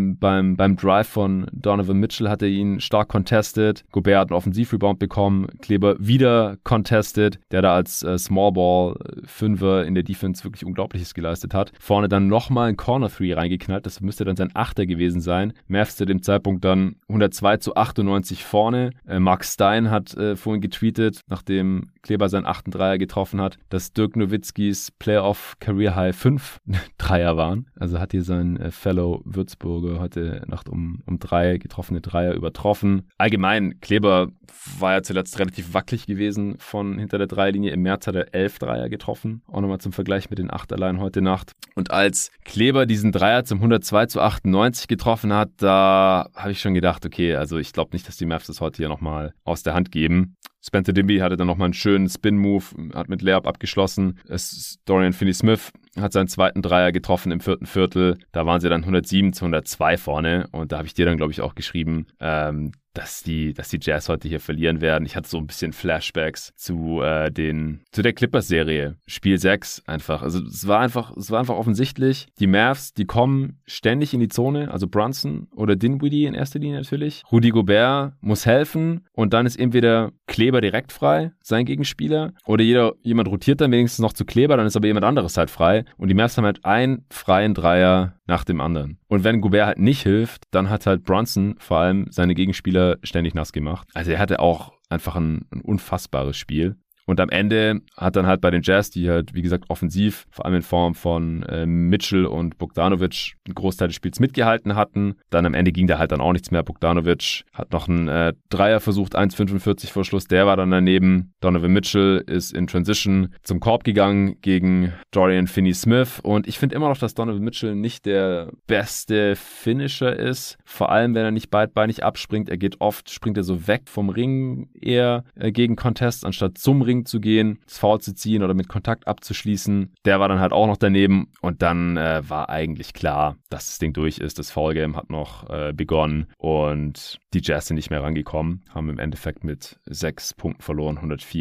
beim Drive von Donovan Mitchell hat er ihn stark contested. Gobert hat einen Offensivrebound bekommen. Kleber wieder contested, der da als Small Ball Fünfer in der Defense wirklich Unglaubliches geleistet hat. Vorne dann nochmal ein Corner 3 reingeknallt. Das müsste dann sein Achter gewesen sein. Mavs zu dem Zeitpunkt dann 102-98 vorne. Mark Stein hat vorhin getweetet, nachdem Kleber seinen 8. Dreier getroffen hat, dass Dirk Nowitzkis Playoff Career High 5 Dreier waren. Also hat hier sein Fellow Würzburger heute Nacht um 3 getroffene Dreier übertroffen. Allgemein, Kleber war ja zuletzt relativ wackelig gewesen von hinter der Dreierlinie. Im März hat er 11 Dreier getroffen. Auch nochmal zum Vergleich mit den 8 allein heute Nacht. Und als Kleber diesen Dreier zum 102-98 getroffen hat, da habe ich schon gedacht, okay, also ich glaube nicht, dass die Mavs das heute hier nochmal aus der Hand geben. Spencer Dinwiddie hatte dann nochmal einen schönen Spin-Move, hat mit Layup abgeschlossen. Dorian Finney-Smith hat seinen 2. Dreier getroffen im 4. Viertel. Da waren sie dann 107-102 vorne. Und da habe ich dir dann, glaube ich, auch geschrieben, dass die Jazz heute hier verlieren werden. Ich hatte so ein bisschen Flashbacks zu der Clippers-Serie. Spiel 6 einfach. Also es war einfach offensichtlich. Die Mavs, die kommen ständig in die Zone. Also Brunson oder Dinwiddie in erster Linie natürlich. Rudy Gobert muss helfen. Und dann ist entweder Kleber direkt frei, sein Gegenspieler. Oder jemand rotiert dann wenigstens noch zu Kleber. Dann ist aber jemand anderes halt frei. Und die Mavs haben halt einen freien Dreier nach dem anderen. Und wenn Gobert halt nicht hilft, dann hat halt Brunson vor allem seine Gegenspieler ständig nass gemacht. Also er hatte auch einfach ein unfassbares Spiel. Und am Ende hat dann halt bei den Jazz, die halt, wie gesagt, offensiv, vor allem in Form von Mitchell und Bogdanovic einen Großteil des Spiels mitgehalten hatten. Dann am Ende ging da halt dann auch nichts mehr. Bogdanovic hat noch einen Dreier versucht, 1,45 vor Schluss, der war dann daneben. Donovan Mitchell ist in Transition zum Korb gegangen gegen Dorian Finney-Smith. Und ich finde immer noch, dass Donovan Mitchell nicht der beste Finisher ist. Vor allem, wenn er nicht beidbeinig abspringt. Springt er so weg vom Ring eher gegen Contests, anstatt zum Ring zu gehen, das Foul zu ziehen oder mit Kontakt abzuschließen. Der war dann halt auch noch daneben und dann war eigentlich klar, dass das Ding durch ist. Das Foul-Game hat noch begonnen und die Jazz sind nicht mehr rangekommen, haben im Endeffekt mit 6 Punkten verloren,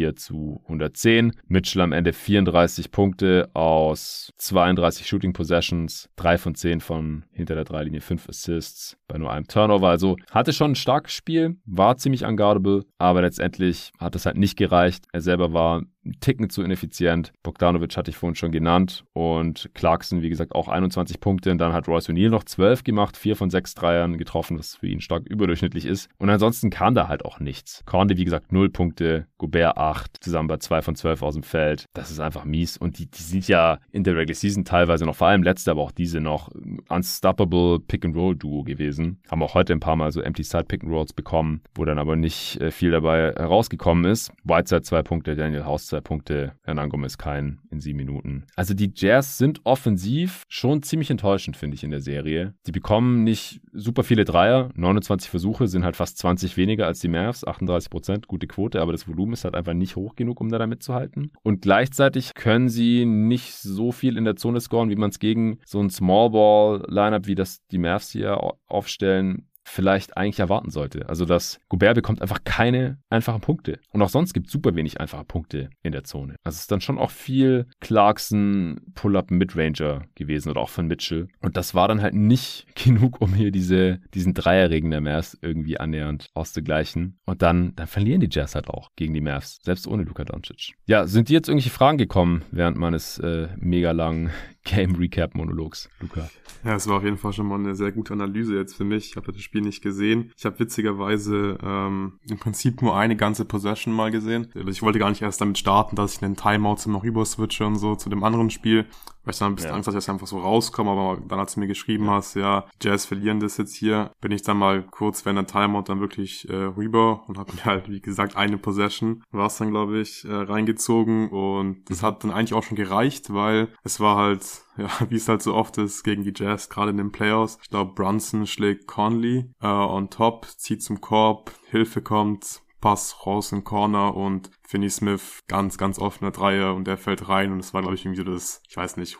104-110. Mitchell am Ende 34 Punkte aus 32 Shooting Possessions, 3 von 10 von hinter der Dreilinie, 5 Assists bei nur einem Turnover. Also hatte schon ein starkes Spiel, war ziemlich unguardable, aber letztendlich hat es halt nicht gereicht. Er selber war ein Ticken zu ineffizient. Bogdanovic hatte ich vorhin schon genannt und Clarkson, wie gesagt, auch 21 Punkte. Und dann hat Royce O'Neal noch 12 gemacht, 4 von 6 Dreiern getroffen, was für ihn stark überdurchschnittlich ist. Und ansonsten kam da halt auch nichts. Conley, wie gesagt, 0 Punkte, Gobert 8, zusammen bei 2 von 12 aus dem Feld. Das ist einfach mies. Und die sind ja in der Regular Season teilweise noch, vor allem letzte, aber auch diese noch unstoppable Pick-and-Roll-Duo gewesen. Haben auch heute ein paar Mal so Empty-Side-Pick-and-Rolls bekommen, wo dann aber nicht viel dabei herausgekommen ist. Whiteside 2 Punkte, Daniel House 2 Punkte, Hernan Gomez kein in 7 Minuten. Also die Jazz sind offensiv schon ziemlich enttäuschend, finde ich, in der Serie. Die bekommen nicht super viele Dreier, 29 Versuche, sind halt fast 20 weniger als die Mavs, 38%, gute Quote, aber das Volumen ist halt einfach nicht hoch genug, um da mitzuhalten. Und gleichzeitig können sie nicht so viel in der Zone scoren, wie man es gegen so ein Small-Ball-Lineup, wie das die Mavs hier aufstellen, vielleicht eigentlich erwarten sollte. Also dass Gobert bekommt einfach keine einfachen Punkte. Und auch sonst gibt es super wenig einfache Punkte in der Zone. Also es ist dann schon auch viel Clarkson, Pull-Up, Midranger gewesen oder auch von Mitchell. Und das war dann halt nicht genug, um hier diesen Dreierregen der Mavs irgendwie annähernd auszugleichen. Und dann verlieren die Jazz halt auch gegen die Mavs, selbst ohne Luka Doncic. Ja, sind dir jetzt irgendwelche Fragen gekommen während meines mega langen Game-Recap-Monologs, Luca? Ja, es war auf jeden Fall schon mal eine sehr gute Analyse jetzt für mich. Ich habe das Spiel nicht gesehen. Ich habe witzigerweise im Prinzip nur eine ganze Possession mal gesehen. Ich wollte gar nicht erst damit starten, dass ich einen Timeout zum noch rüber-switche und so zu dem anderen Spiel. Weil ich dann ein bisschen Angst hatte, dass ich einfach so rauskomme, aber dann, als du mir geschrieben hast, ja, Jazz verlieren das jetzt hier, bin ich dann mal kurz während der Timeout dann wirklich rüber und habe mir halt, wie gesagt, eine Possession, war es dann, glaube ich, reingezogen und das hat dann eigentlich auch schon gereicht, weil es war halt, ja, wie es halt so oft ist gegen die Jazz, gerade in den Playoffs. Ich glaube, Brunson schlägt Conley on top, zieht zum Korb, Hilfe kommt, Pass raus in Corner und Finney-Smith ganz, ganz offener Dreier und der fällt rein und es war, glaube ich, irgendwie so das, ich weiß nicht,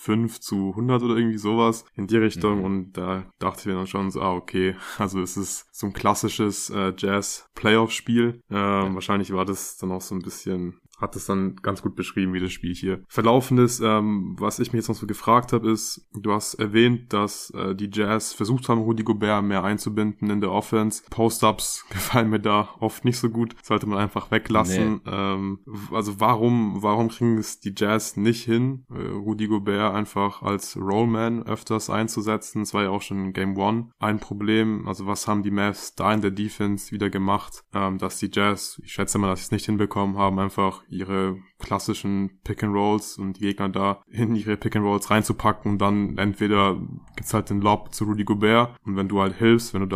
105-100 oder irgendwie sowas in die Richtung und da dachte ich mir dann schon so, okay, also es ist so ein klassisches Jazz-Playoff-Spiel. Wahrscheinlich war das dann auch so ein bisschen hat es dann ganz gut beschrieben, wie das Spiel hier verlaufen ist. Was ich mir jetzt noch so gefragt habe, ist, du hast erwähnt, dass die Jazz versucht haben, Rudy Gobert mehr einzubinden in der Offense. Post-Ups gefallen mir da oft nicht so gut. Sollte man einfach weglassen. Nee. Also warum kriegen es die Jazz nicht hin, Rudy Gobert einfach als Rollman öfters einzusetzen? Das war ja auch schon in Game 1 ein Problem. Also was haben die Mavs da in der Defense wieder gemacht, dass die Jazz, ich schätze mal, dass sie es nicht hinbekommen haben, einfach ihre klassischen Pick-and-Rolls und die Gegner da in ihre Pick-and-Rolls reinzupacken und dann entweder gibt's halt den Lob zu Rudy Gobert und wenn du halt hilfst, wenn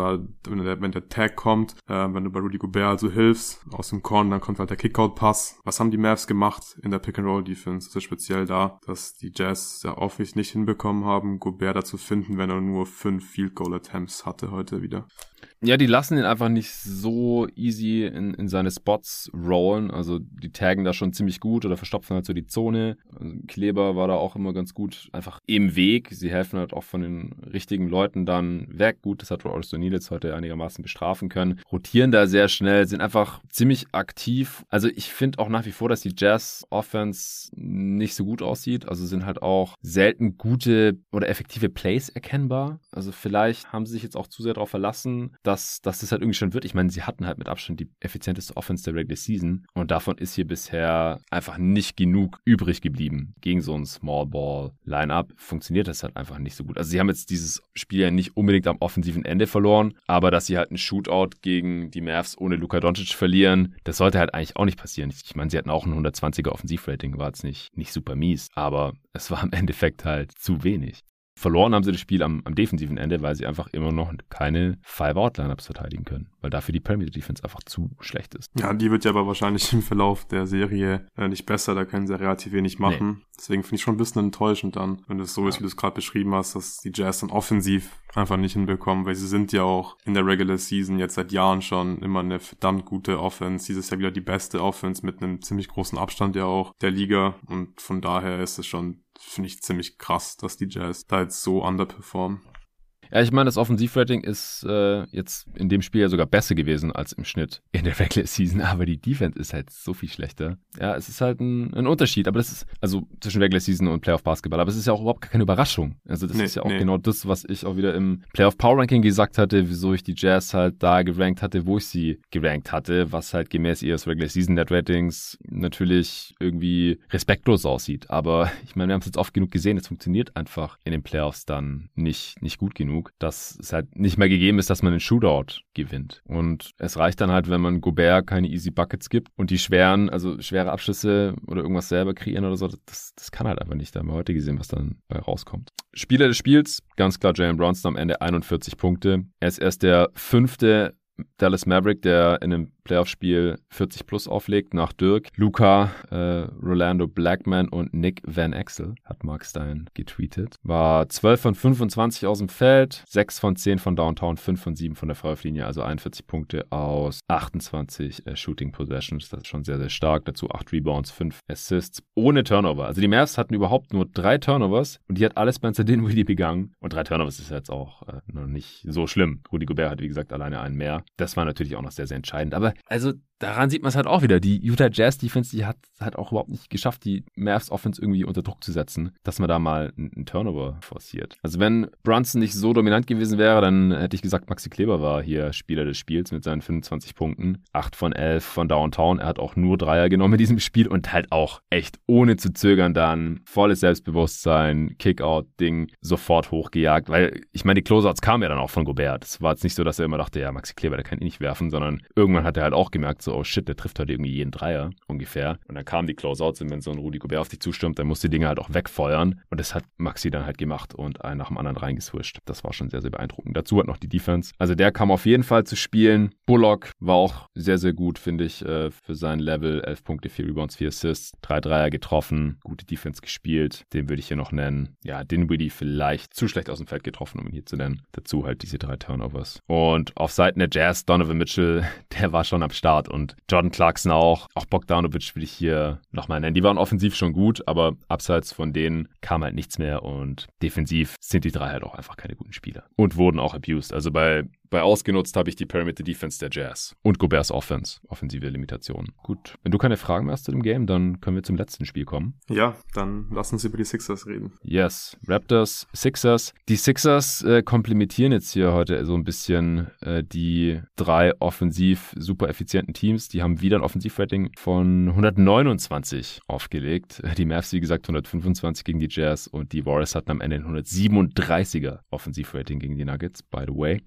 der Tag kommt, wenn du bei Rudy Gobert also hilfst aus dem Corner, dann kommt halt der Kickout-Pass. Was haben die Mavs gemacht in der Pick-and-Roll-Defense? Das ist speziell da, dass die Jazz ja offensichtlich nicht hinbekommen haben, Gobert dazu finden, wenn er nur 5 Field-Goal-Attempts hatte heute wieder. Ja, die lassen ihn einfach nicht so easy in seine Spots rollen. Also die taggen da schon ziemlich gut oder verstopfen halt so die Zone. Also Kleber war da auch immer ganz gut einfach im Weg. Sie helfen halt auch von den richtigen Leuten dann weg. Gut, das hat Royce O'Neal jetzt heute einigermaßen bestrafen können. Rotieren da sehr schnell, sind einfach ziemlich aktiv. Also ich finde auch nach wie vor, dass die Jazz-Offense nicht so gut aussieht. Also sind halt auch selten gute oder effektive Plays erkennbar. Also vielleicht haben sie sich jetzt auch zu sehr darauf verlassen, dass das halt irgendwie schon wird. Ich meine, sie hatten halt mit Abstand die effizienteste Offense der Regular Season und davon ist hier bisher einfach nicht genug übrig geblieben. Gegen so ein Small Ball Line-Up funktioniert das halt einfach nicht so gut. Also sie haben jetzt dieses Spiel ja nicht unbedingt am offensiven Ende verloren, aber dass sie halt einen Shootout gegen die Mavs ohne Luka Doncic verlieren, das sollte halt eigentlich auch nicht passieren. Ich meine, sie hatten auch ein 120er Offensivrating, war jetzt nicht super mies, aber es war im Endeffekt halt zu wenig. Verloren haben sie das Spiel am defensiven Ende, weil sie einfach immer noch keine Five-Out-Lineups verteidigen können, weil dafür die Perimeter Defense einfach zu schlecht ist. Ja, die wird ja aber wahrscheinlich im Verlauf der Serie nicht besser, da können sie relativ wenig machen. Nee. Deswegen finde ich schon ein bisschen enttäuschend dann, wenn das so ist, wie du es gerade beschrieben hast, dass die Jazz dann offensiv einfach nicht hinbekommen, weil sie sind ja auch in der Regular Season jetzt seit Jahren schon immer eine verdammt gute Offense. Dieses Jahr wieder die beste Offense mit einem ziemlich großen Abstand ja auch der Liga und von daher ist es schon, finde ich, ziemlich krass, dass die Jazz da jetzt so underperformen. Ja, ich meine, das Offensivrating ist jetzt in dem Spiel ja sogar besser gewesen als im Schnitt in der Regular Season, aber die Defense ist halt so viel schlechter. Ja, es ist halt ein Unterschied, aber das ist, also zwischen Regular Season und Playoff Basketball, aber es ist ja auch überhaupt keine Überraschung. Also das ist ja auch genau das, was ich auch wieder im Playoff Power Ranking gesagt hatte, wieso ich die Jazz halt da gerankt hatte, wo ich sie gerankt hatte, was halt gemäß ihres Regular Season Net Ratings natürlich irgendwie respektlos aussieht. Aber ich meine, wir haben es jetzt oft genug gesehen, es funktioniert einfach in den Playoffs dann nicht gut genug, dass es halt nicht mehr gegeben ist, dass man einen Shootout gewinnt. Und es reicht dann halt, wenn man Gobert keine Easy Buckets gibt und die schwere Abschlüsse oder irgendwas selber kreieren oder so, das kann halt einfach nicht. Da haben wir heute gesehen, was dann rauskommt. Spieler des Spiels, ganz klar Jalen Brunson am Ende 41 Punkte. Er ist erst der 5. Dallas Maverick, der in einem Playoff-Spiel 40 plus auflegt, nach Dirk, Luka, Rolando Blackman und Nick Van Exel, hat Mark Stein getweetet. War 12 von 25 aus dem Feld, 6 von 10 von Downtown, 5 von 7 von der Freiwurflinie, also 41 Punkte aus 28 Shooting Possessions. Das ist schon sehr, sehr stark. Dazu 8 Rebounds, 5 Assists, ohne Turnover. Also die Mavs hatten überhaupt nur 3 Turnovers und die hat alles Spencer Dinwiddie begangen. Und 3 Turnovers ist jetzt auch noch nicht so schlimm. Rudy Gobert hat, wie gesagt, alleine einen mehr. Das war natürlich auch noch sehr, sehr entscheidend. Aber also daran sieht man es halt auch wieder. Die Utah Jazz Defense, die hat halt auch überhaupt nicht geschafft, die Mavs Offense irgendwie unter Druck zu setzen, dass man da mal einen Turnover forciert. Also wenn Brunson nicht so dominant gewesen wäre, dann hätte ich gesagt, Maxi Kleber war hier Spieler des Spiels mit seinen 25 Punkten. 8 von 11 von Downtown. Er hat auch nur Dreier genommen in diesem Spiel und halt auch echt ohne zu zögern dann volles Selbstbewusstsein, Kickout-Ding sofort hochgejagt, weil ich meine, die Closeouts kamen ja dann auch von Gobert. Es war jetzt nicht so, dass er immer dachte, ja, Maxi Kleber, der kann ihn nicht werfen, sondern irgendwann hat er halt auch gemerkt, so, oh shit, der trifft halt irgendwie jeden Dreier ungefähr. Und dann kamen die Closeouts und wenn so ein Rudy Gobert auf dich zustürmt, dann musst du die Dinge halt auch wegfeuern. Und das hat Maxi dann halt gemacht und einen nach dem anderen reingeswischt. Das war schon sehr, sehr beeindruckend. Dazu hat noch die Defense. Also der kam auf jeden Fall zu spielen. Bullock war auch sehr, sehr gut, finde ich, für sein Level. 11 Punkte, 4 Rebounds, 4 Assists, 3 Dreier getroffen, gute Defense gespielt. Den würde ich hier noch nennen. Ja, Dinwiddie vielleicht zu schlecht aus dem Feld getroffen, um ihn hier zu nennen. Dazu halt diese 3 Turnovers. Und auf Seiten der Jazz, Donovan Mitchell, der war schon am Start und Jordan Clarkson auch Bogdanovic will ich hier nochmal nennen. Die waren offensiv schon gut, aber abseits von denen kam halt nichts mehr und defensiv sind die drei halt auch einfach keine guten Spieler und wurden auch abused. Also bei bei ausgenutzt habe ich die Perimeter Defense der Jazz und Goberts offensive Limitationen. Gut, wenn du keine Fragen mehr hast zu dem Game, dann können wir zum letzten Spiel kommen. Ja, dann lass uns über die Sixers reden. Yes, Raptors, Sixers. Die Sixers komplementieren jetzt hier heute so ein bisschen die 3 offensiv super effizienten Teams. Die haben wieder ein Offensivrating von 129 aufgelegt. Die Mavs, wie gesagt, 125 gegen die Jazz und die Warriors hatten am Ende ein 137er Offensivrating gegen die Nuggets, by the way.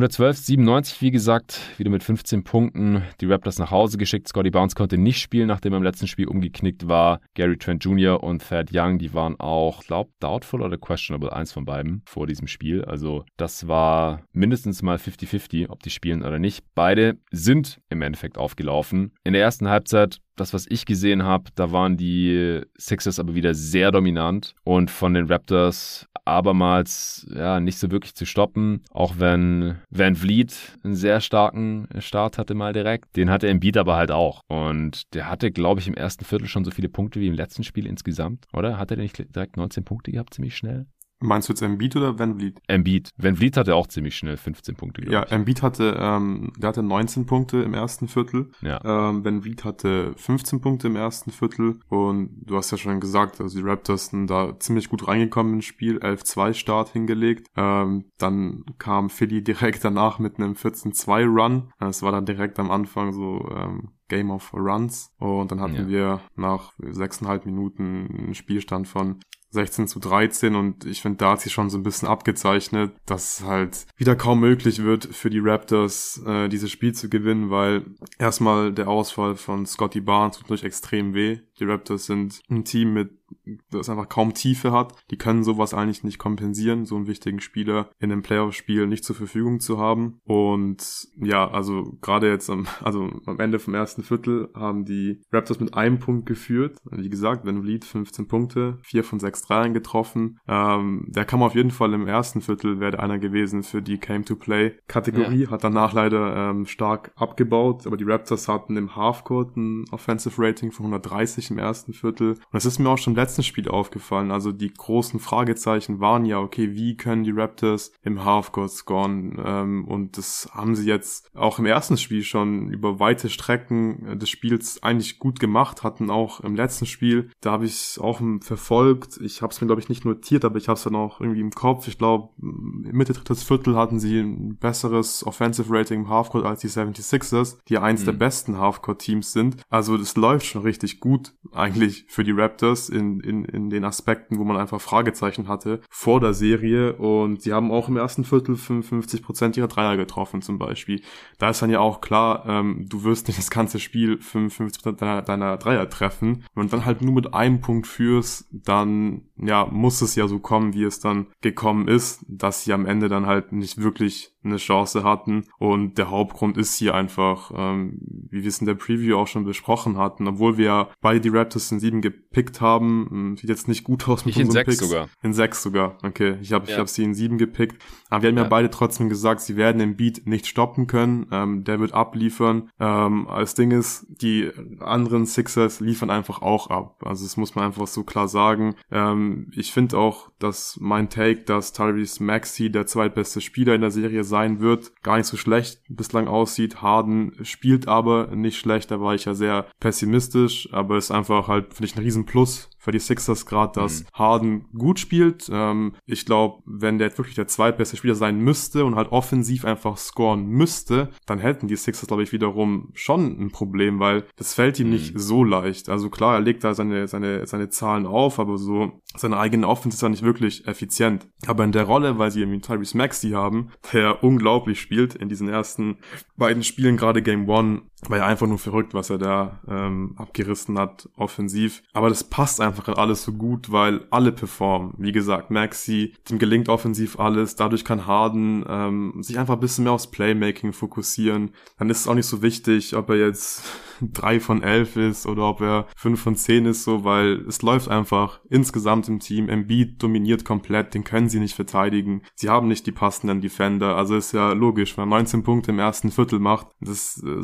112-97, wie gesagt, wieder mit 15 Punkten. Die Raptors nach Hause geschickt. Scottie Barnes konnte nicht spielen, nachdem er im letzten Spiel umgeknickt war. Gary Trent Jr. und Thad Young, die waren auch, glaube doubtful oder questionable, eins von beiden vor diesem Spiel. Also das war mindestens mal 50-50, ob die spielen oder nicht. Beide sind im Endeffekt aufgelaufen. In der ersten Halbzeit, das, was ich gesehen habe, da waren die Sixers aber wieder sehr dominant und von den Raptors abermals nicht so wirklich zu stoppen, auch wenn Van Vliet einen sehr starken Start hatte mal direkt. Den hatte Embiid aber halt auch und der hatte, glaube ich, im ersten Viertel schon so viele Punkte wie im letzten Spiel insgesamt, oder? Hatte der nicht direkt 19 Punkte gehabt, ziemlich schnell? Meinst du jetzt Embiid oder Van Vliet? Embiid. Van Vliet hatte auch ziemlich schnell 15 Punkte, glaube ich. Ja, Embiid hatte, der hatte 19 Punkte im ersten Viertel. Ja. Van Vliet hatte 15 Punkte im ersten Viertel. Und du hast ja schon gesagt, also die Raptors sind da ziemlich gut reingekommen ins Spiel, 11-2 Start hingelegt. Dann kam Philly direkt danach mit einem 14-2 Run. Das war dann direkt am Anfang so, Game of Runs. Und dann hatten wir nach 6,5 Minuten einen Spielstand von 16-13 und ich finde, da hat sich schon so ein bisschen abgezeichnet, dass halt wieder kaum möglich wird für die Raptors, dieses Spiel zu gewinnen, weil erstmal der Ausfall von Scottie Barnes tut natürlich extrem weh. Die Raptors sind ein Team das einfach kaum Tiefe hat. Die können sowas eigentlich nicht kompensieren, so einen wichtigen Spieler in einem Playoff-Spiel nicht zur Verfügung zu haben. Und ja, also gerade jetzt am Ende vom ersten Viertel haben die Raptors mit einem Punkt geführt. Wie gesagt, Van Vliet 15 Punkte, 4 von 6 Dreiern getroffen. Der kam auf jeden Fall im ersten Viertel, wäre einer gewesen für die Came-to-Play-Kategorie. Hat danach leider stark abgebaut, aber die Raptors hatten im Halfcourt ein Offensive Rating von 130 im ersten Viertel. Und das ist mir auch schon im letzten Spiel aufgefallen. Also die großen Fragezeichen waren ja, okay, wie können die Raptors im Halfcourt scoren? Und das haben sie jetzt auch im ersten Spiel schon über weite Strecken des Spiels eigentlich gut gemacht, hatten auch im letzten Spiel, da habe ich es auch verfolgt. Ich habe es mir, glaube ich, nicht notiert, aber ich habe es dann auch irgendwie im Kopf. Ich glaube, Mitte drittes Viertel hatten sie ein besseres Offensive Rating im Halfcourt als die 76ers, die eins der besten Halfcourt-Teams sind. Also das läuft schon richtig gut eigentlich für die Raptors in den Aspekten, wo man einfach Fragezeichen hatte vor der Serie, und sie haben auch im ersten Viertel 55% ihrer Dreier getroffen zum Beispiel. Da ist dann ja auch klar, du wirst nicht das ganze Spiel 55% deiner Dreier treffen. Wenn du dann halt nur mit einem Punkt führst, dann muss es ja so kommen, wie es dann gekommen ist, dass sie am Ende dann halt nicht wirklich eine Chance hatten, und der Hauptgrund ist hier einfach, wie wir es in der Preview auch schon besprochen hatten, obwohl wir ja beide die Raptors in 7 gepickt haben, sieht jetzt nicht gut aus mit unseren Picks. In 6 sogar, okay, ich hab sie in 7 gepickt, aber wir haben ja beide trotzdem gesagt, sie werden den Beat nicht stoppen können, der wird abliefern. Als Ding ist, die anderen Sixers liefern einfach auch ab, also das muss man einfach so klar sagen. Ich finde auch, dass mein Take, dass Tyrese Maxey der zweitbeste Spieler in der Serie sein wird, gar nicht so schlecht bislang aussieht. Harden spielt aber nicht schlecht, da war ich ja sehr pessimistisch, aber ist einfach halt, finde ich, ein Riesenplus für die Sixers gerade, dass Harden gut spielt. Ich glaube, wenn der jetzt wirklich der zweitbeste Spieler sein müsste und halt offensiv einfach scoren müsste, dann hätten die Sixers, glaube ich, wiederum schon ein Problem, weil das fällt ihm nicht so leicht. Also klar, er legt da seine Zahlen auf, aber so seine eigene Offense ist ja nicht wirklich effizient. Aber in der Rolle, weil sie eben Tyrese Maxey haben, der unglaublich spielt in diesen ersten beiden Spielen, gerade Game 1, war ja einfach nur verrückt, was er da abgerissen hat, offensiv. Aber das passt einfach alles so gut, weil alle performen. Wie gesagt, Maxey, dem gelingt offensiv alles. Dadurch kann Harden sich einfach ein bisschen mehr aufs Playmaking fokussieren. Dann ist es auch nicht so wichtig, ob er jetzt 3 von 11 ist oder ob er 5 von 10 ist, so, weil es läuft einfach insgesamt im Team. Embiid dominiert komplett, den können sie nicht verteidigen. Sie haben nicht die passenden Defender. Also ist ja logisch, wenn er 19 Punkte im ersten Viertel macht. Das sagt ja schon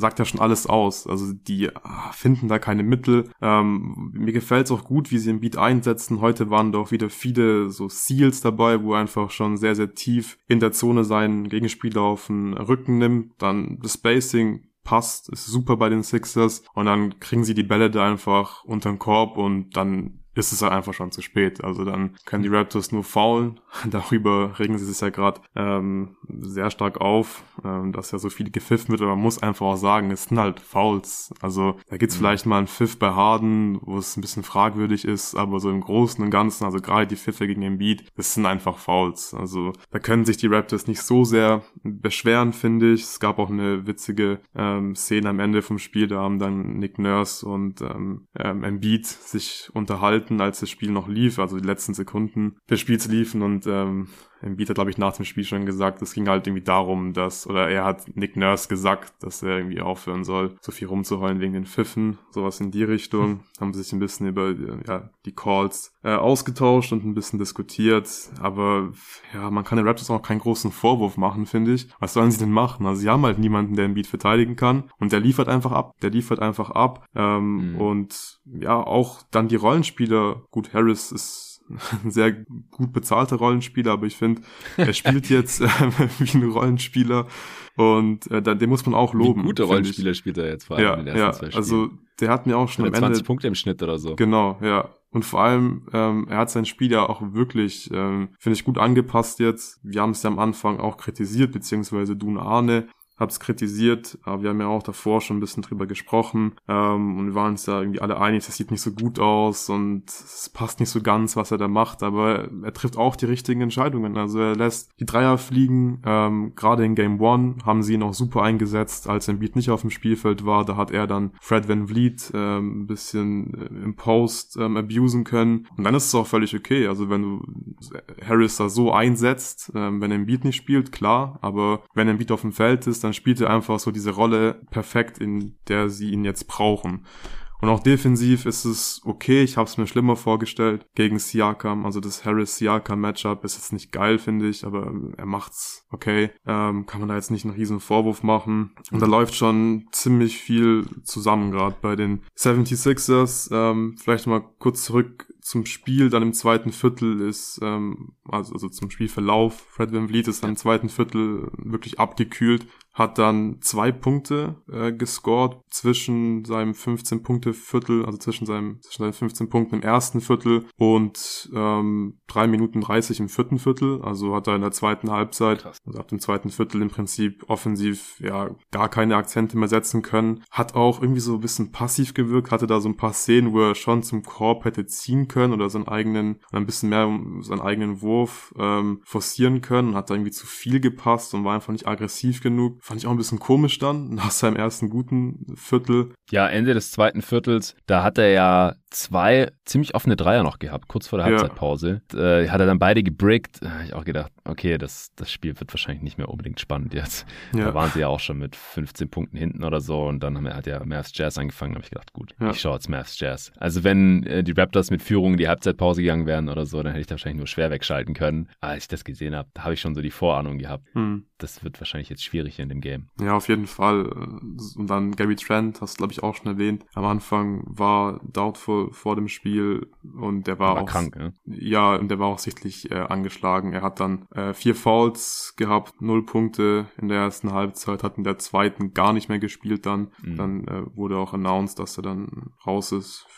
alles aus. Also die finden da keine Mittel. Mir gefällt es auch gut, wie sie Embiid einsetzen. Heute waren doch wieder viele so Seals dabei, wo er einfach schon sehr, sehr tief in der Zone seinen Gegenspieler auf den Rücken nimmt. Dann das Spacing passt, ist super bei den Sixers. Und dann kriegen sie die Bälle da einfach unter den Korb und dann ist es halt einfach schon zu spät. Also dann können die Raptors nur foulen. Darüber regen sie sich ja gerade sehr stark auf, dass ja so viel gepfiffen wird. Aber man muss einfach auch sagen, es sind halt Fouls. Also da gibt's vielleicht mal einen Pfiff bei Harden, wo es ein bisschen fragwürdig ist, aber so im Großen und Ganzen, also gerade die Pfiffe gegen Embiid, das sind einfach Fouls. Also da können sich die Raptors nicht so sehr beschweren, finde ich. Es gab auch eine witzige Szene am Ende vom Spiel, da haben dann Nick Nurse und Embiid sich unterhalten, als das Spiel noch lief, also die letzten Sekunden des Spiels liefen und Embiid hat, glaube ich, nach dem Spiel schon gesagt, es ging halt irgendwie darum, oder er hat Nick Nurse gesagt, dass er irgendwie aufhören soll, so viel rumzuheulen wegen den Pfiffen, sowas in die Richtung. Haben sich ein bisschen über die Calls ausgetauscht und ein bisschen diskutiert, aber ja, man kann den Raptors auch keinen großen Vorwurf machen, finde ich. Was sollen sie denn machen? Also sie haben halt niemanden, der Embiid verteidigen kann und der liefert einfach ab. Und ja, auch dann die Rollenspieler, gut, Harris ist ein sehr gut bezahlter Rollenspieler, aber ich finde, er spielt jetzt wie ein Rollenspieler und den muss man auch loben. Wie gute Rollenspieler spielt er jetzt vor allem in den ersten 2 Spielen. Also der hat mir auch schon am Ende 20 Punkte im Schnitt oder so. Genau, ja. Und vor allem, er hat sein Spiel ja auch wirklich, finde ich, gut angepasst jetzt. Wir haben es ja am Anfang auch kritisiert, beziehungsweise du und Arne hab's kritisiert, aber wir haben ja auch davor schon ein bisschen drüber gesprochen und wir waren uns ja irgendwie alle einig, das sieht nicht so gut aus und es passt nicht so ganz, was er da macht, aber er trifft auch die richtigen Entscheidungen, also er lässt die Dreier fliegen, gerade in Game 1 haben sie ihn auch super eingesetzt, als Embiid nicht auf dem Spielfeld war, da hat er dann Fred VanVleet ein bisschen im Post abusen können und dann ist es auch völlig okay, also wenn du Harris da so einsetzt, wenn Embiid nicht spielt, klar, aber wenn Embiid auf dem Feld ist, dann spielt er einfach so diese Rolle perfekt, in der sie ihn jetzt brauchen. Und auch defensiv ist es okay, ich habe es mir schlimmer vorgestellt gegen Siakam, also das Harris-Siakam-Matchup ist jetzt nicht geil, finde ich, aber er macht's okay, kann man da jetzt nicht einen riesen Vorwurf machen. Und da läuft schon ziemlich viel zusammen, gerade bei den 76ers, vielleicht mal kurz zurück zum Spiel, dann im zweiten Viertel ist, also zum Spielverlauf, Fred VanVleet ist dann im zweiten Viertel wirklich abgekühlt, hat dann 2 Punkte gescored zwischen seinem 15-Punkte-Viertel, also zwischen seinen 15 Punkten im ersten Viertel und 3 Minuten 30 im vierten Viertel, also hat er in der zweiten Halbzeit, also ab dem zweiten Viertel im Prinzip offensiv ja gar keine Akzente mehr setzen können, hat auch irgendwie so ein bisschen passiv gewirkt, hatte da so ein paar Szenen, wo er schon zum Korb hätte ziehen können oder ein bisschen mehr seinen eigenen Wurf forcieren können, hat da irgendwie zu viel gepasst und war einfach nicht aggressiv genug. Fand ich auch ein bisschen komisch dann, nach seinem ersten guten Viertel. Ja, Ende des zweiten Viertels, da hat er ja 2 ziemlich offene Dreier noch gehabt, kurz vor der Halbzeitpause. Hat er dann beide gebrickt. Da habe ich auch gedacht, okay, das Spiel wird wahrscheinlich nicht mehr unbedingt spannend jetzt. Ja. Da waren sie ja auch schon mit 15 Punkten hinten oder so und dann hat ja Mavs Jazz angefangen. Da habe ich gedacht, gut, ich schaue jetzt Mavs Jazz. Also wenn die Raptors mit Führung in die Halbzeitpause gegangen wären oder so, dann hätte ich da wahrscheinlich nur schwer wegschalten können. Aber als ich das gesehen habe, da habe ich schon so die Vorahnung gehabt. Das wird wahrscheinlich jetzt schwierig in dem Game. Ja, auf jeden Fall. Und dann Gary Trent, hast du glaube ich auch schon erwähnt. Am Anfang war doubtful vor dem Spiel und der war auch krank, ne? Ja, und der war auch sichtlich angeschlagen. Er hat dann 4 Fouls gehabt, 0 Punkte in der ersten Halbzeit, hat in der zweiten gar nicht mehr gespielt dann. Dann wurde auch announced, dass er dann raus ist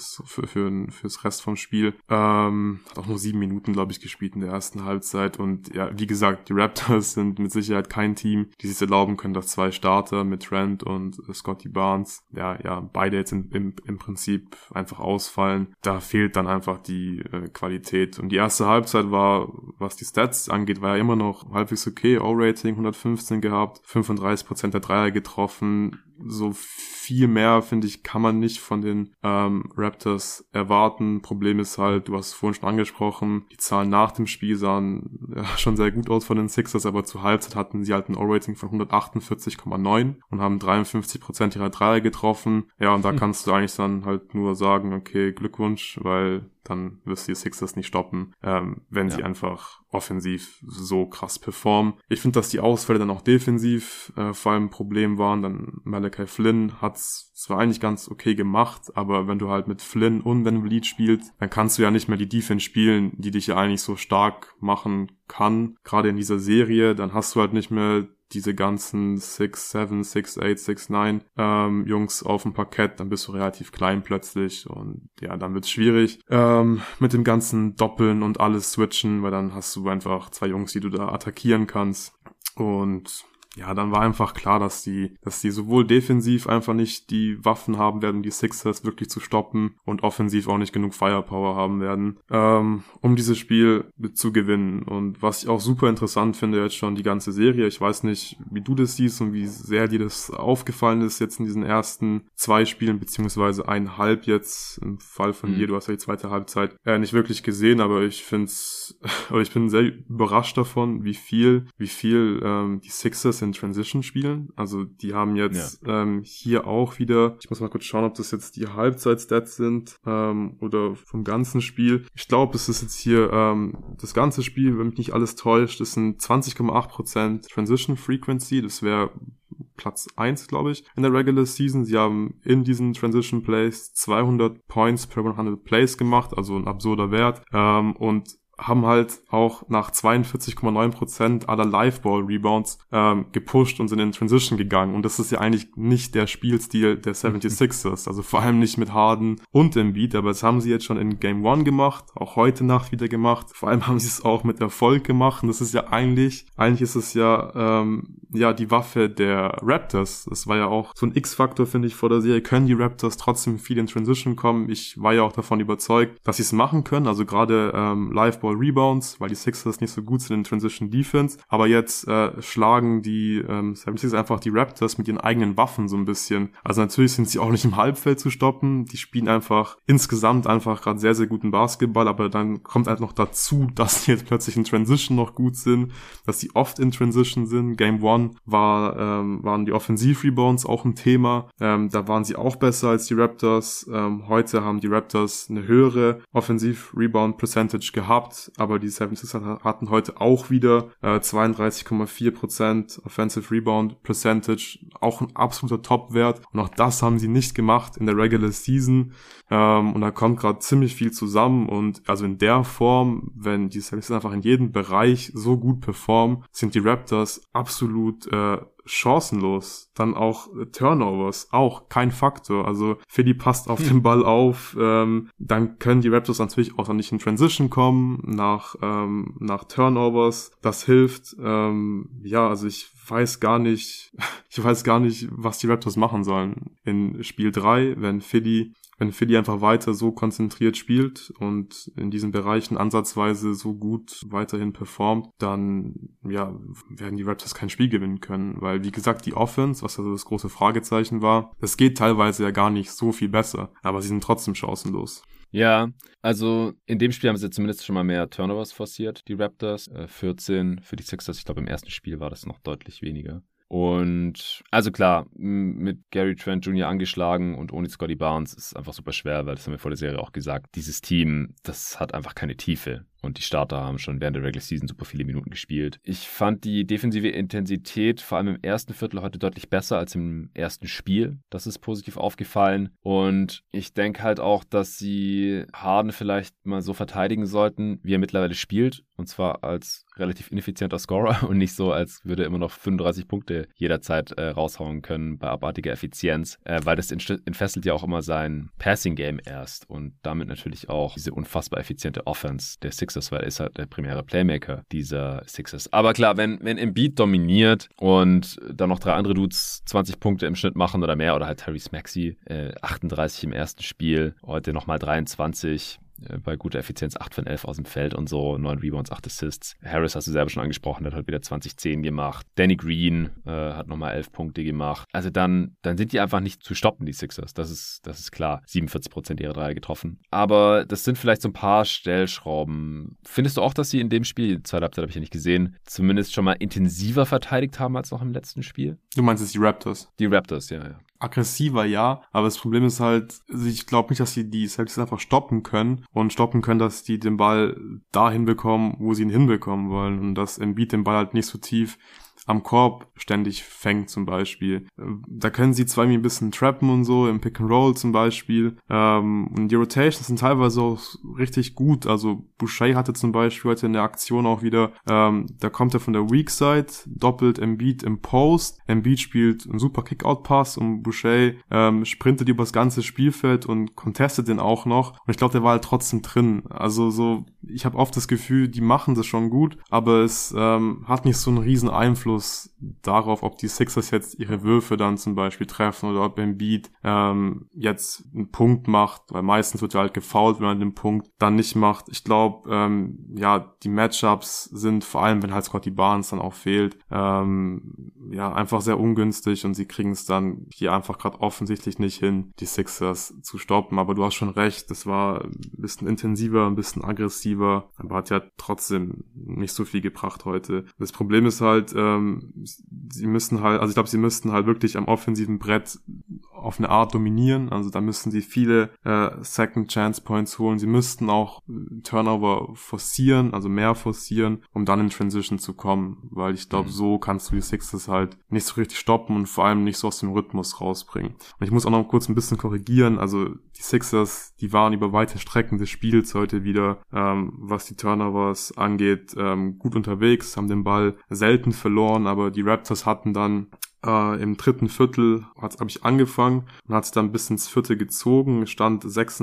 fürs Rest vom Spiel. Hat auch nur 7 Minuten, glaube ich, gespielt in der ersten Halbzeit und ja, wie gesagt, die Raptors sind mit Sicherheit kein Team, die sich erlauben können, dass 2 Starter mit Trent und Scotty Barnes, ja, beide jetzt im Prinzip einfach ausfallen. Da fehlt dann einfach die Qualität. Und die erste Halbzeit war, was die Stats angeht, war ja immer noch halbwegs okay. O-Rating 115 gehabt, 35% der Dreier getroffen. So viel mehr, finde ich, kann man nicht von den Raptors erwarten. Problem ist halt, du hast es vorhin schon angesprochen, die Zahlen nach dem Spiel sahen schon sehr gut aus von den Sixers, aber zur Halbzeit hatten sie halt ein O-Rating von 148,9 und haben 53% ihrer Dreier getroffen. Ja, und da kannst du eigentlich dann halt nur sagen, okay, Glückwunsch, weil dann wirst du die Sixers nicht stoppen, wenn sie einfach offensiv so krass performen. Ich finde, dass die Ausfälle dann auch defensiv vor allem ein Problem waren. Dann Malachi Flynn hat's zwar eigentlich ganz okay gemacht, aber wenn du halt mit Flynn und Van Vliet spielst, dann kannst du ja nicht mehr die Defense spielen, die dich ja eigentlich so stark machen kann. Gerade in dieser Serie, dann hast du halt nicht mehr diese ganzen 6'7", 6'8", 6'9 Jungs auf dem Parkett, dann bist du relativ klein plötzlich und ja, dann wird's schwierig mit dem ganzen Doppeln und alles switchen, weil dann hast du einfach 2 Jungs, die du da attackieren kannst. Und ja, dann war einfach klar, dass die sowohl defensiv einfach nicht die Waffen haben werden, die Sixers wirklich zu stoppen und offensiv auch nicht genug Firepower haben werden, um dieses Spiel zu gewinnen. Und was ich auch super interessant finde jetzt schon die ganze Serie, ich weiß nicht, wie du das siehst und wie sehr dir das aufgefallen ist jetzt in diesen ersten 2 Spielen, beziehungsweise 1,5 jetzt im Fall von dir, du hast ja die zweite Halbzeit nicht wirklich gesehen, aber ich bin sehr überrascht davon, wie viel die Sixers in Transition spielen. Also die haben jetzt hier auch wieder, ich muss mal kurz schauen, ob das jetzt die Halbzeit-Stats sind oder vom ganzen Spiel. Ich glaube, es ist jetzt hier das ganze Spiel, wenn mich nicht alles täuscht, das sind 20,8% Transition Frequency. Das wäre Platz 1, glaube ich, in der Regular Season. Sie haben in diesen Transition Plays 200 Points per 100 Plays gemacht, also ein absurder Wert. Und haben halt auch nach 42,9% aller Live-Ball-Rebounds gepusht und sind in Transition gegangen. Und das ist ja eigentlich nicht der Spielstil der 76ers. Also vor allem nicht mit Harden und Embiid, aber das haben sie jetzt schon in Game 1 gemacht, auch heute Nacht wieder gemacht. Vor allem haben sie es auch mit Erfolg gemacht. Und das ist ja eigentlich ist es ja die Waffe der Raptors. Das war ja auch so ein X-Faktor, finde ich, vor der Serie. Können die Raptors trotzdem viel in Transition kommen? Ich war ja auch davon überzeugt, dass sie es machen können. Also gerade Live-Ball-Rebounds, weil die Sixers nicht so gut sind in Transition Defense. Aber jetzt schlagen die 76ers einfach die Raptors mit ihren eigenen Waffen so ein bisschen. Also natürlich sind sie auch nicht im Halbfeld zu stoppen. Die spielen insgesamt einfach gerade sehr, sehr guten Basketball. Aber dann kommt halt noch dazu, dass sie jetzt plötzlich in Transition noch gut sind, dass sie oft in Transition sind. Game 1 waren die Offensiv-Rebounds auch ein Thema. Da waren sie auch besser als die Raptors. Heute haben die Raptors eine höhere Offensiv-Rebound-Percentage gehabt. Aber die 76ers hatten heute auch wieder 32,4% Offensive Rebound Percentage, auch ein absoluter Top-Wert. Und auch das haben sie nicht gemacht in der Regular Season. Und da kommt gerade ziemlich viel zusammen. Und also in der Form, wenn die 76ers einfach in jedem Bereich so gut performen, sind die Raptors absolut chancenlos. Dann auch Turnovers, auch kein Faktor. Also Philly passt auf den Ball auf. Dann können die Raptors natürlich auch dann nicht in Transition kommen nach Turnovers. Das hilft. Also ich weiß gar nicht, was die Raptors machen sollen in Spiel 3, wenn Philly einfach weiter so konzentriert spielt und in diesen Bereichen ansatzweise so gut weiterhin performt, dann werden die Raptors kein Spiel gewinnen können, weil wie gesagt, die Offense, was also das große Fragezeichen war, das geht teilweise ja gar nicht so viel besser, aber sie sind trotzdem chancenlos. Ja, also in dem Spiel haben sie zumindest schon mal mehr Turnovers forciert, die Raptors. 14 für die Sixers. Ich glaube, im ersten Spiel war das noch deutlich weniger. Und also klar, mit Gary Trent Jr. angeschlagen und ohne Scotty Barnes ist es einfach super schwer, weil das haben wir vor der Serie auch gesagt, dieses Team, das hat einfach keine Tiefe. Und die Starter haben schon während der Regular Season super viele Minuten gespielt. Ich fand die defensive Intensität vor allem im ersten Viertel heute deutlich besser als im ersten Spiel. Das ist positiv aufgefallen. Und ich denke halt auch, dass sie Harden vielleicht mal so verteidigen sollten, wie er mittlerweile spielt. Und zwar als relativ ineffizienter Scorer und nicht so, als würde er immer noch 35 Punkte jederzeit raushauen können bei abartiger Effizienz. Weil das entfesselt ja auch immer sein Passing-Game erst. Und damit natürlich auch diese unfassbar effiziente Offense der Sixers, weil er ist halt der primäre Playmaker dieser Sixers. Aber klar, wenn Embiid dominiert und dann noch 3 andere Dudes 20 Punkte im Schnitt machen oder mehr, oder halt Tyrese Maxey 38 im ersten Spiel, heute nochmal 23, bei guter Effizienz 8 von 11 aus dem Feld und so, 9 Rebounds, 8 Assists. Harris hast du selber schon angesprochen, der hat heute wieder 20-10 gemacht. Danny Green hat nochmal 11 Punkte gemacht. Also dann sind die einfach nicht zu stoppen, die Sixers. Das ist klar. 47% ihrer Dreier getroffen. Aber das sind vielleicht so ein paar Stellschrauben. Findest du auch, dass sie in dem Spiel, zweite Halbzeit habe ich ja nicht gesehen, zumindest schon mal intensiver verteidigt haben als noch im letzten Spiel? Du meinst jetzt die Raptors? Die Raptors, ja. aggressiver, ja, aber das Problem ist halt, ich glaube nicht, dass sie die Celtics einfach stoppen können, dass die den Ball dahin bekommen, wo sie ihn hinbekommen wollen, und dass Embiid den Ball halt nicht so tief am Korb ständig fängt zum Beispiel. Da können sie zwar irgendwie ein bisschen trappen und so, im Pick and Roll zum Beispiel. Und die Rotations sind teilweise auch richtig gut. Also Boucher hatte zum Beispiel heute in der Aktion auch wieder, da kommt er von der Weak Side, doppelt Embiid im Post. Embiid spielt einen super Kick-Out-Pass und Boucher sprintet übers ganze Spielfeld und contestet den auch noch. Und ich glaube, der war halt trotzdem drin. Also so, ich habe oft das Gefühl, die machen das schon gut, aber es hat nicht so einen riesen Einfluss darauf, ob die Sixers jetzt ihre Würfe dann zum Beispiel treffen oder ob Embiid jetzt einen Punkt macht, weil meistens wird ja halt gefoult, wenn man den Punkt dann nicht macht. Ich glaube, die Matchups sind, vor allem wenn halt Scottie Barnes dann auch fehlt, einfach sehr ungünstig, und sie kriegen es dann hier einfach gerade offensichtlich nicht hin, die Sixers zu stoppen. Aber du hast schon recht, das war ein bisschen intensiver, ein bisschen aggressiver, aber hat ja trotzdem nicht so viel gebracht heute. Das Problem ist halt, sie müssten halt wirklich am offensiven Brett auf eine Art dominieren. Also da müssten sie viele Second Chance Points holen. Sie müssten auch Turnover forcieren, also mehr forcieren, um dann in Transition zu kommen, weil ich glaube, so kannst du die Sixers halt nicht so richtig stoppen und vor allem nicht so aus dem Rhythmus rausbringen. Und ich muss auch noch kurz ein bisschen korrigieren. Also die Sixers, die waren über weite Strecken des Spiels heute wieder, was die Turnovers angeht, gut unterwegs, haben den Ball selten verloren, aber die Raptors hatten dann im dritten Viertel hat es, glaube ich, angefangen und hat es dann bis ins vierte gezogen. Es stand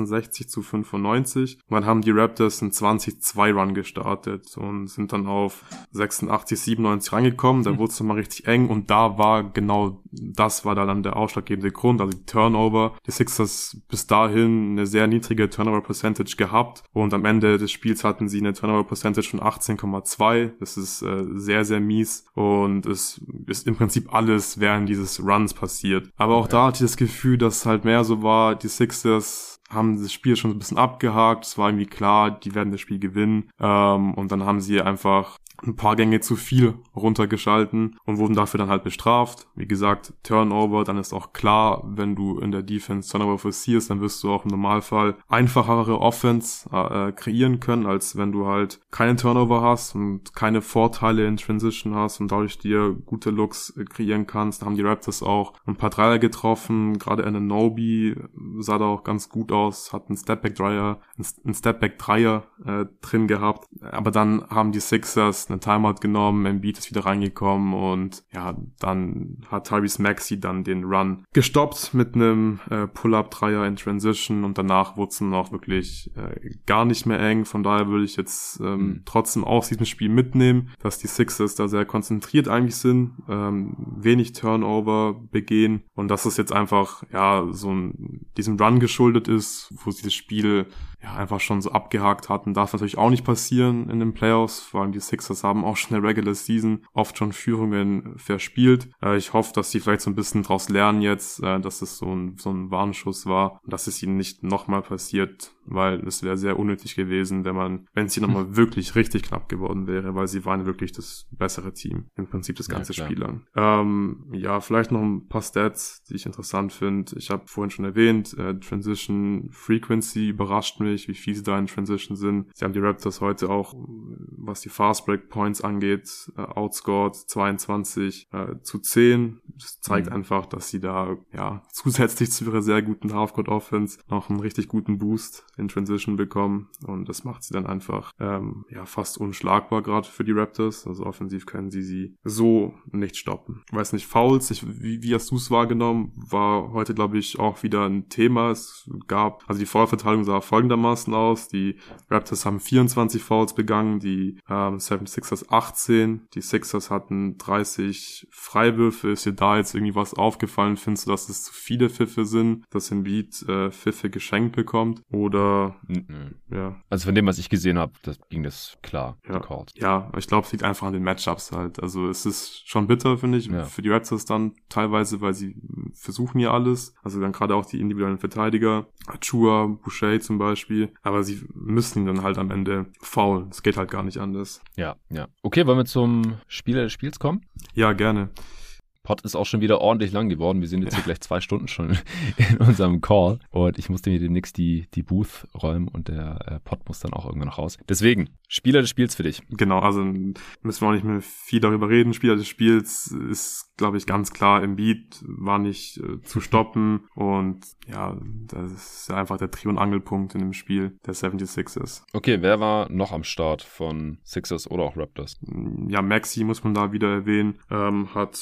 66-95. Und dann haben die Raptors einen 20-2-Run gestartet und sind dann auf 86-97 rangekommen. Da wurde es nochmal richtig eng, und da war dann der ausschlaggebende Grund. Also die Turnover. Die Sixers bis dahin eine sehr niedrige Turnover-Percentage gehabt, und am Ende des Spiels hatten sie eine Turnover-Percentage von 18,2. Das ist sehr, sehr mies, und es ist im Prinzip alles während dieses Runs passiert. Aber auch da hatte ich das Gefühl, dass es halt mehr so war, die Sixers haben das Spiel schon ein bisschen abgehakt. Es war irgendwie klar, die werden das Spiel gewinnen. Und dann haben sie einfach ein paar Gänge zu viel runtergeschalten und wurden dafür dann halt bestraft. Wie gesagt, Turnover, dann ist auch klar, wenn du in der Defense Turnover forcierst, dann wirst du auch im Normalfall einfachere Offense kreieren können, als wenn du halt keine Turnover hast und keine Vorteile in Transition hast und dadurch dir gute Looks kreieren kannst. Da haben die Raptors auch ein paar Dreier getroffen, gerade Anunoby sah da auch ganz gut aus, hat einen Stepback-Dreier drin gehabt, aber dann haben die Sixers einen Timeout genommen, Embiid ist wieder reingekommen, und ja, dann hat Tyrese Maxey dann den Run gestoppt mit einem Pull-Up-Dreier in Transition, und danach wurde es dann auch wirklich gar nicht mehr eng. Von daher würde ich jetzt trotzdem aus diesem Spiel mitnehmen, dass die Sixers da sehr konzentriert eigentlich sind, wenig Turnover begehen, und dass es jetzt einfach diesem Run geschuldet ist, wo sie das Spiel einfach schon so abgehakt hatten. Darf natürlich auch nicht passieren in den Playoffs, vor allem die Sixers haben auch schon in der Regular Season oft schon Führungen verspielt. Ich hoffe, dass sie vielleicht so ein bisschen daraus lernen jetzt, dass es so ein Warnschuss war und dass es ihnen nicht nochmal passiert, weil es wäre sehr unnötig gewesen, wenn es hier nochmal wirklich richtig knapp geworden wäre, weil sie waren wirklich das bessere Team, im Prinzip das ganze Spiel lang. Vielleicht noch ein paar Stats, die ich interessant finde. Ich habe vorhin schon erwähnt, Transition Frequency überrascht mich, wie viel sie da in Transition sind. Sie haben die Raptors heute auch, was die Fast Break Points angeht, outscored 22-10. Das zeigt einfach, dass sie da zusätzlich zu ihrer sehr guten Half-Court Offense noch einen richtig guten Boost in Transition bekommen, und das macht sie dann einfach fast unschlagbar gerade für die Raptors. Also offensiv können sie so nicht stoppen. Ich weiß nicht, Fouls, wie hast du es wahrgenommen? War heute, glaube ich, auch wieder ein Thema. Es gab, also die Foulverteilung sah folgendermaßen aus. Die Raptors haben 24 Fouls begangen, die 76ers 18, die Sixers hatten 30 Freiwürfe. Ist dir da jetzt irgendwie was aufgefallen? Findest du, dass es zu viele Pfiffe sind, dass Embiid Pfiffe geschenkt bekommt? Oder ja. Also von dem, was ich gesehen habe, ging das klar. Ja, ich glaube, es liegt einfach an den Matchups halt. Also es ist schon bitter, finde ich, für die Raptors dann teilweise, weil sie versuchen ja alles. Also dann gerade auch die individuellen Verteidiger, Achua, Boucher zum Beispiel. Aber sie müssen ihn dann halt am Ende foulen. Es geht halt gar nicht anders. Ja. Okay, wollen wir zum Spiel des Spiels kommen? Ja, gerne. Pod ist auch schon wieder ordentlich lang geworden. Wir sind jetzt hier gleich 2 Stunden schon in unserem Call und ich musste mir demnächst die Booth räumen und der Pod muss dann auch irgendwann noch raus. Deswegen, Spieler des Spiels für dich. Genau, also müssen wir auch nicht mehr viel darüber reden. Spieler des Spiels ist, glaube ich, ganz klar Embiid, war nicht zu stoppen und ja, das ist einfach der Dreh- und Angelpunkt in dem Spiel der 76ers. Okay, wer war noch am Start von Sixers oder auch Raptors? Ja, Maxey muss man da wieder erwähnen, hat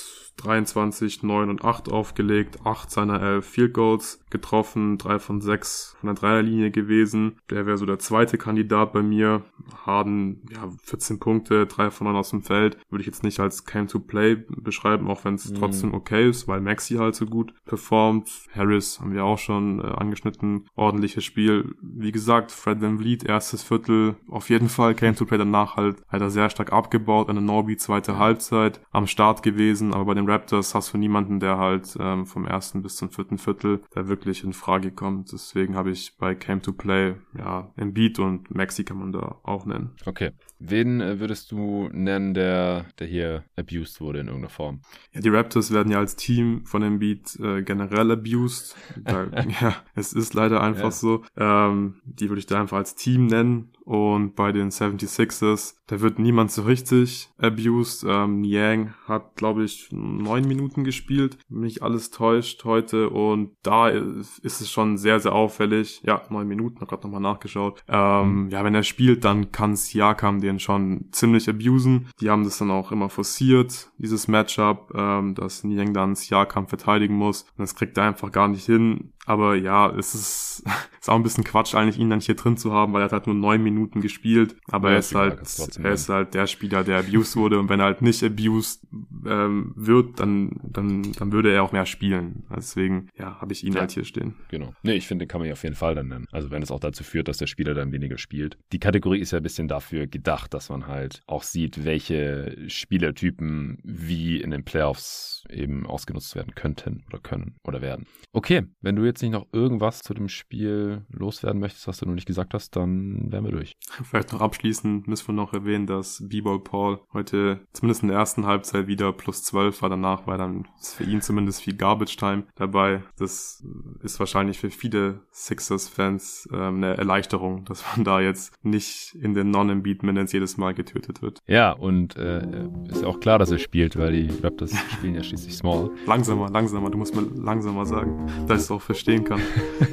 23, 9 und 8 aufgelegt, 8 seiner 11 Field Goals getroffen, 3 von 6 von der Dreierlinie gewesen. Der wäre so der zweite Kandidat bei mir. Harden, ja, 14 Punkte, 3 von 9 aus dem Feld. Würde ich jetzt nicht als Came to Play beschreiben, auch wenn es trotzdem okay ist, weil Maxey halt so gut performt. Harris haben wir auch schon angeschnitten. Ordentliches Spiel. Wie gesagt, Fred VanVleet, erstes Viertel, auf jeden Fall Came to Play, danach hat er sehr stark abgebaut. Anunoby, zweite Halbzeit am Start gewesen, aber bei den Raptors hast du niemanden, der halt vom ersten bis zum 4. Viertel, der wirklich in Frage kommt. Deswegen habe ich bei Came to Play, ja, Embiid und Maxey kann man da auch nennen. Okay. Wen würdest du nennen, der hier abused wurde in irgendeiner Form? Ja, die Raptors werden ja als Team von Embiid generell abused. Ja, es ist leider einfach so. Die würde ich da einfach als Team nennen. Und bei den 76ers, da wird niemand so richtig abused. Niang hat, glaube ich, 9 Minuten gespielt, wenn mich alles täuscht heute. Und da ist es schon sehr, sehr auffällig. Ja, 9 Minuten, habe gerade nochmal nachgeschaut. Ja, wenn er spielt, dann kann Siakam den schon ziemlich abusen. Die haben das dann auch immer forciert, dieses Matchup, dass Niang dann Siakam verteidigen muss. Und das kriegt er einfach gar nicht hin. Aber ja, es ist auch ein bisschen Quatsch eigentlich, ihn dann hier drin zu haben, weil er hat halt nur 9 Minuten gespielt. Aber ja, er ist halt der Spieler, der abused wurde. Und wenn er halt nicht abused wird, dann würde er auch mehr spielen. Deswegen, ja, habe ich ihn halt hier stehen. Genau. Nee, ich finde, den kann man ja auf jeden Fall dann nennen. Also wenn es auch dazu führt, dass der Spieler dann weniger spielt. Die Kategorie ist ja ein bisschen dafür gedacht, dass man halt auch sieht, welche Spielertypen wie in den Playoffs eben ausgenutzt werden könnten oder können oder werden. Okay, wenn du jetzt nicht noch irgendwas zu dem Spiel loswerden möchtest, was du noch nicht gesagt hast, dann wären wir durch. Vielleicht noch abschließend müssen wir noch erwähnen, dass B-Ball Paul heute zumindest in der ersten Halbzeit wieder +12 war. Danach war dann für ihn zumindest viel Garbage Time dabei. Das ist wahrscheinlich für viele Sixers-Fans eine Erleichterung, dass man da jetzt nicht in den Non-Embiid-Minutes jedes Mal getötet wird. Ja, und ist ja auch klar, dass er spielt, weil die Raptors spielen ja schließlich Small. Langsamer, du musst mir langsamer sagen, dass ich es auch verstehen kann.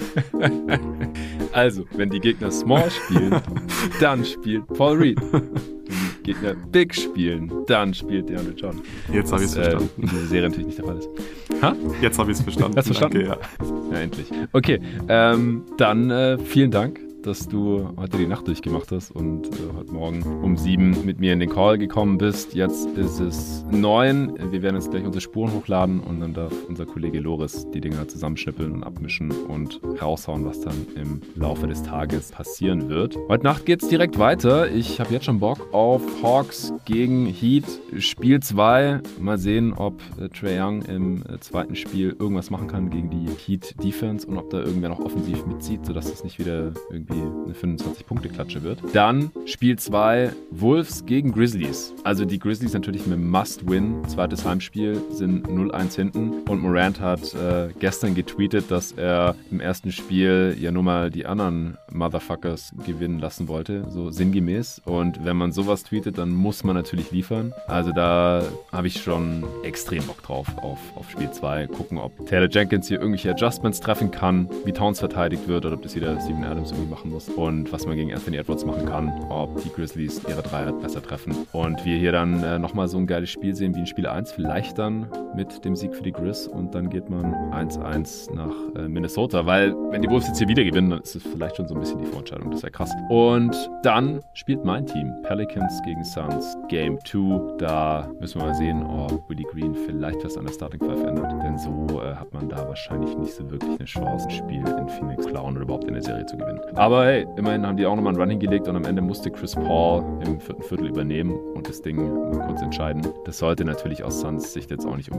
Also, wenn die Gegner Small spielen, dann spielt Paul Reed. Wenn die Gegner Big spielen, dann spielt DeAndre Jordan. Jetzt habe ich es verstanden. In dieser Serie natürlich nicht der Fall ist. Ha? Jetzt habe ich es verstanden. Hast du verstanden? Danke, ja, endlich. Okay, dann vielen Dank, dass du heute die Nacht durchgemacht hast und heute Morgen um 7 mit mir in den Call gekommen bist. Jetzt ist es 9. Wir werden jetzt gleich unsere Spuren hochladen und dann darf unser Kollege Loris die Dinger zusammenschnippeln und abmischen und raushauen, was dann im Laufe des Tages passieren wird. Heute Nacht geht's direkt weiter. Ich habe jetzt schon Bock auf Hawks gegen Heat. Spiel 2. Mal sehen, ob Trae Young im zweiten Spiel irgendwas machen kann gegen die Heat Defense und ob da irgendwer noch offensiv mitzieht, sodass es nicht wieder irgendwie eine 25-Punkte-Klatsche wird. Dann Spiel 2, Wolves gegen Grizzlies. Also die Grizzlies natürlich mit Must-Win. Zweites Heimspiel, sind 0-1 hinten. Und Morant hat gestern getweetet, dass er im ersten Spiel ja nur mal die anderen Motherfuckers gewinnen lassen wollte. So sinngemäß. Und wenn man sowas tweetet, dann muss man natürlich liefern. Also da habe ich schon extrem Bock drauf auf Spiel 2. Gucken, ob Taylor Jenkins hier irgendwelche Adjustments treffen kann, wie Towns verteidigt wird oder ob das wieder Steven Adams irgendwie machen muss und was man gegen Anthony Edwards machen kann, ob die Grizzlies ihre Dreier besser treffen und wir hier dann nochmal so ein geiles Spiel sehen wie in Spiel 1, vielleicht dann mit dem Sieg für die Grizz und dann geht man 1-1 nach Minnesota, weil wenn die Wolves jetzt hier wieder gewinnen, dann ist es vielleicht schon so ein bisschen die Vorentscheidung, das wäre krass. Und dann spielt mein Team Pelicans gegen Suns Game 2, da müssen wir mal sehen, ob Willie Green vielleicht was an der Starting Five ändert, denn so hat man da wahrscheinlich nicht so wirklich eine Chance, ein Spiel in Phoenix klauen oder überhaupt in der Serie zu gewinnen. Aber hey, immerhin haben die auch nochmal einen Run hingelegt und am Ende musste Chris Paul im 4. Viertel übernehmen und das Ding mal kurz entscheiden. Das sollte natürlich aus Suns Sicht jetzt auch nicht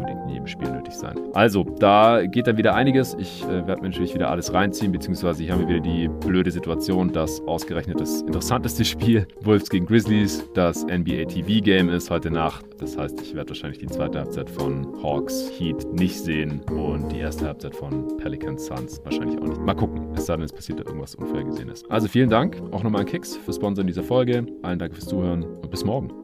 unbedingt in jedem Spiel nötig sein. Also, da geht dann wieder einiges. Ich werde mir natürlich wieder alles reinziehen, beziehungsweise ich habe wieder die blöde Situation, dass ausgerechnet das interessanteste Spiel Wolves gegen Grizzlies das NBA TV-Game ist heute Nacht. Das heißt, ich werde wahrscheinlich die zweite Halbzeit von Hawks Heat nicht sehen und die erste Halbzeit von Pelicans Suns wahrscheinlich auch nicht. Mal gucken, es sei denn, es passiert da irgendwas Unvorhergesehenes. Also vielen Dank auch nochmal an Kicks für Sponsoren dieser Folge. Allen Dank fürs Zuhören und bis morgen.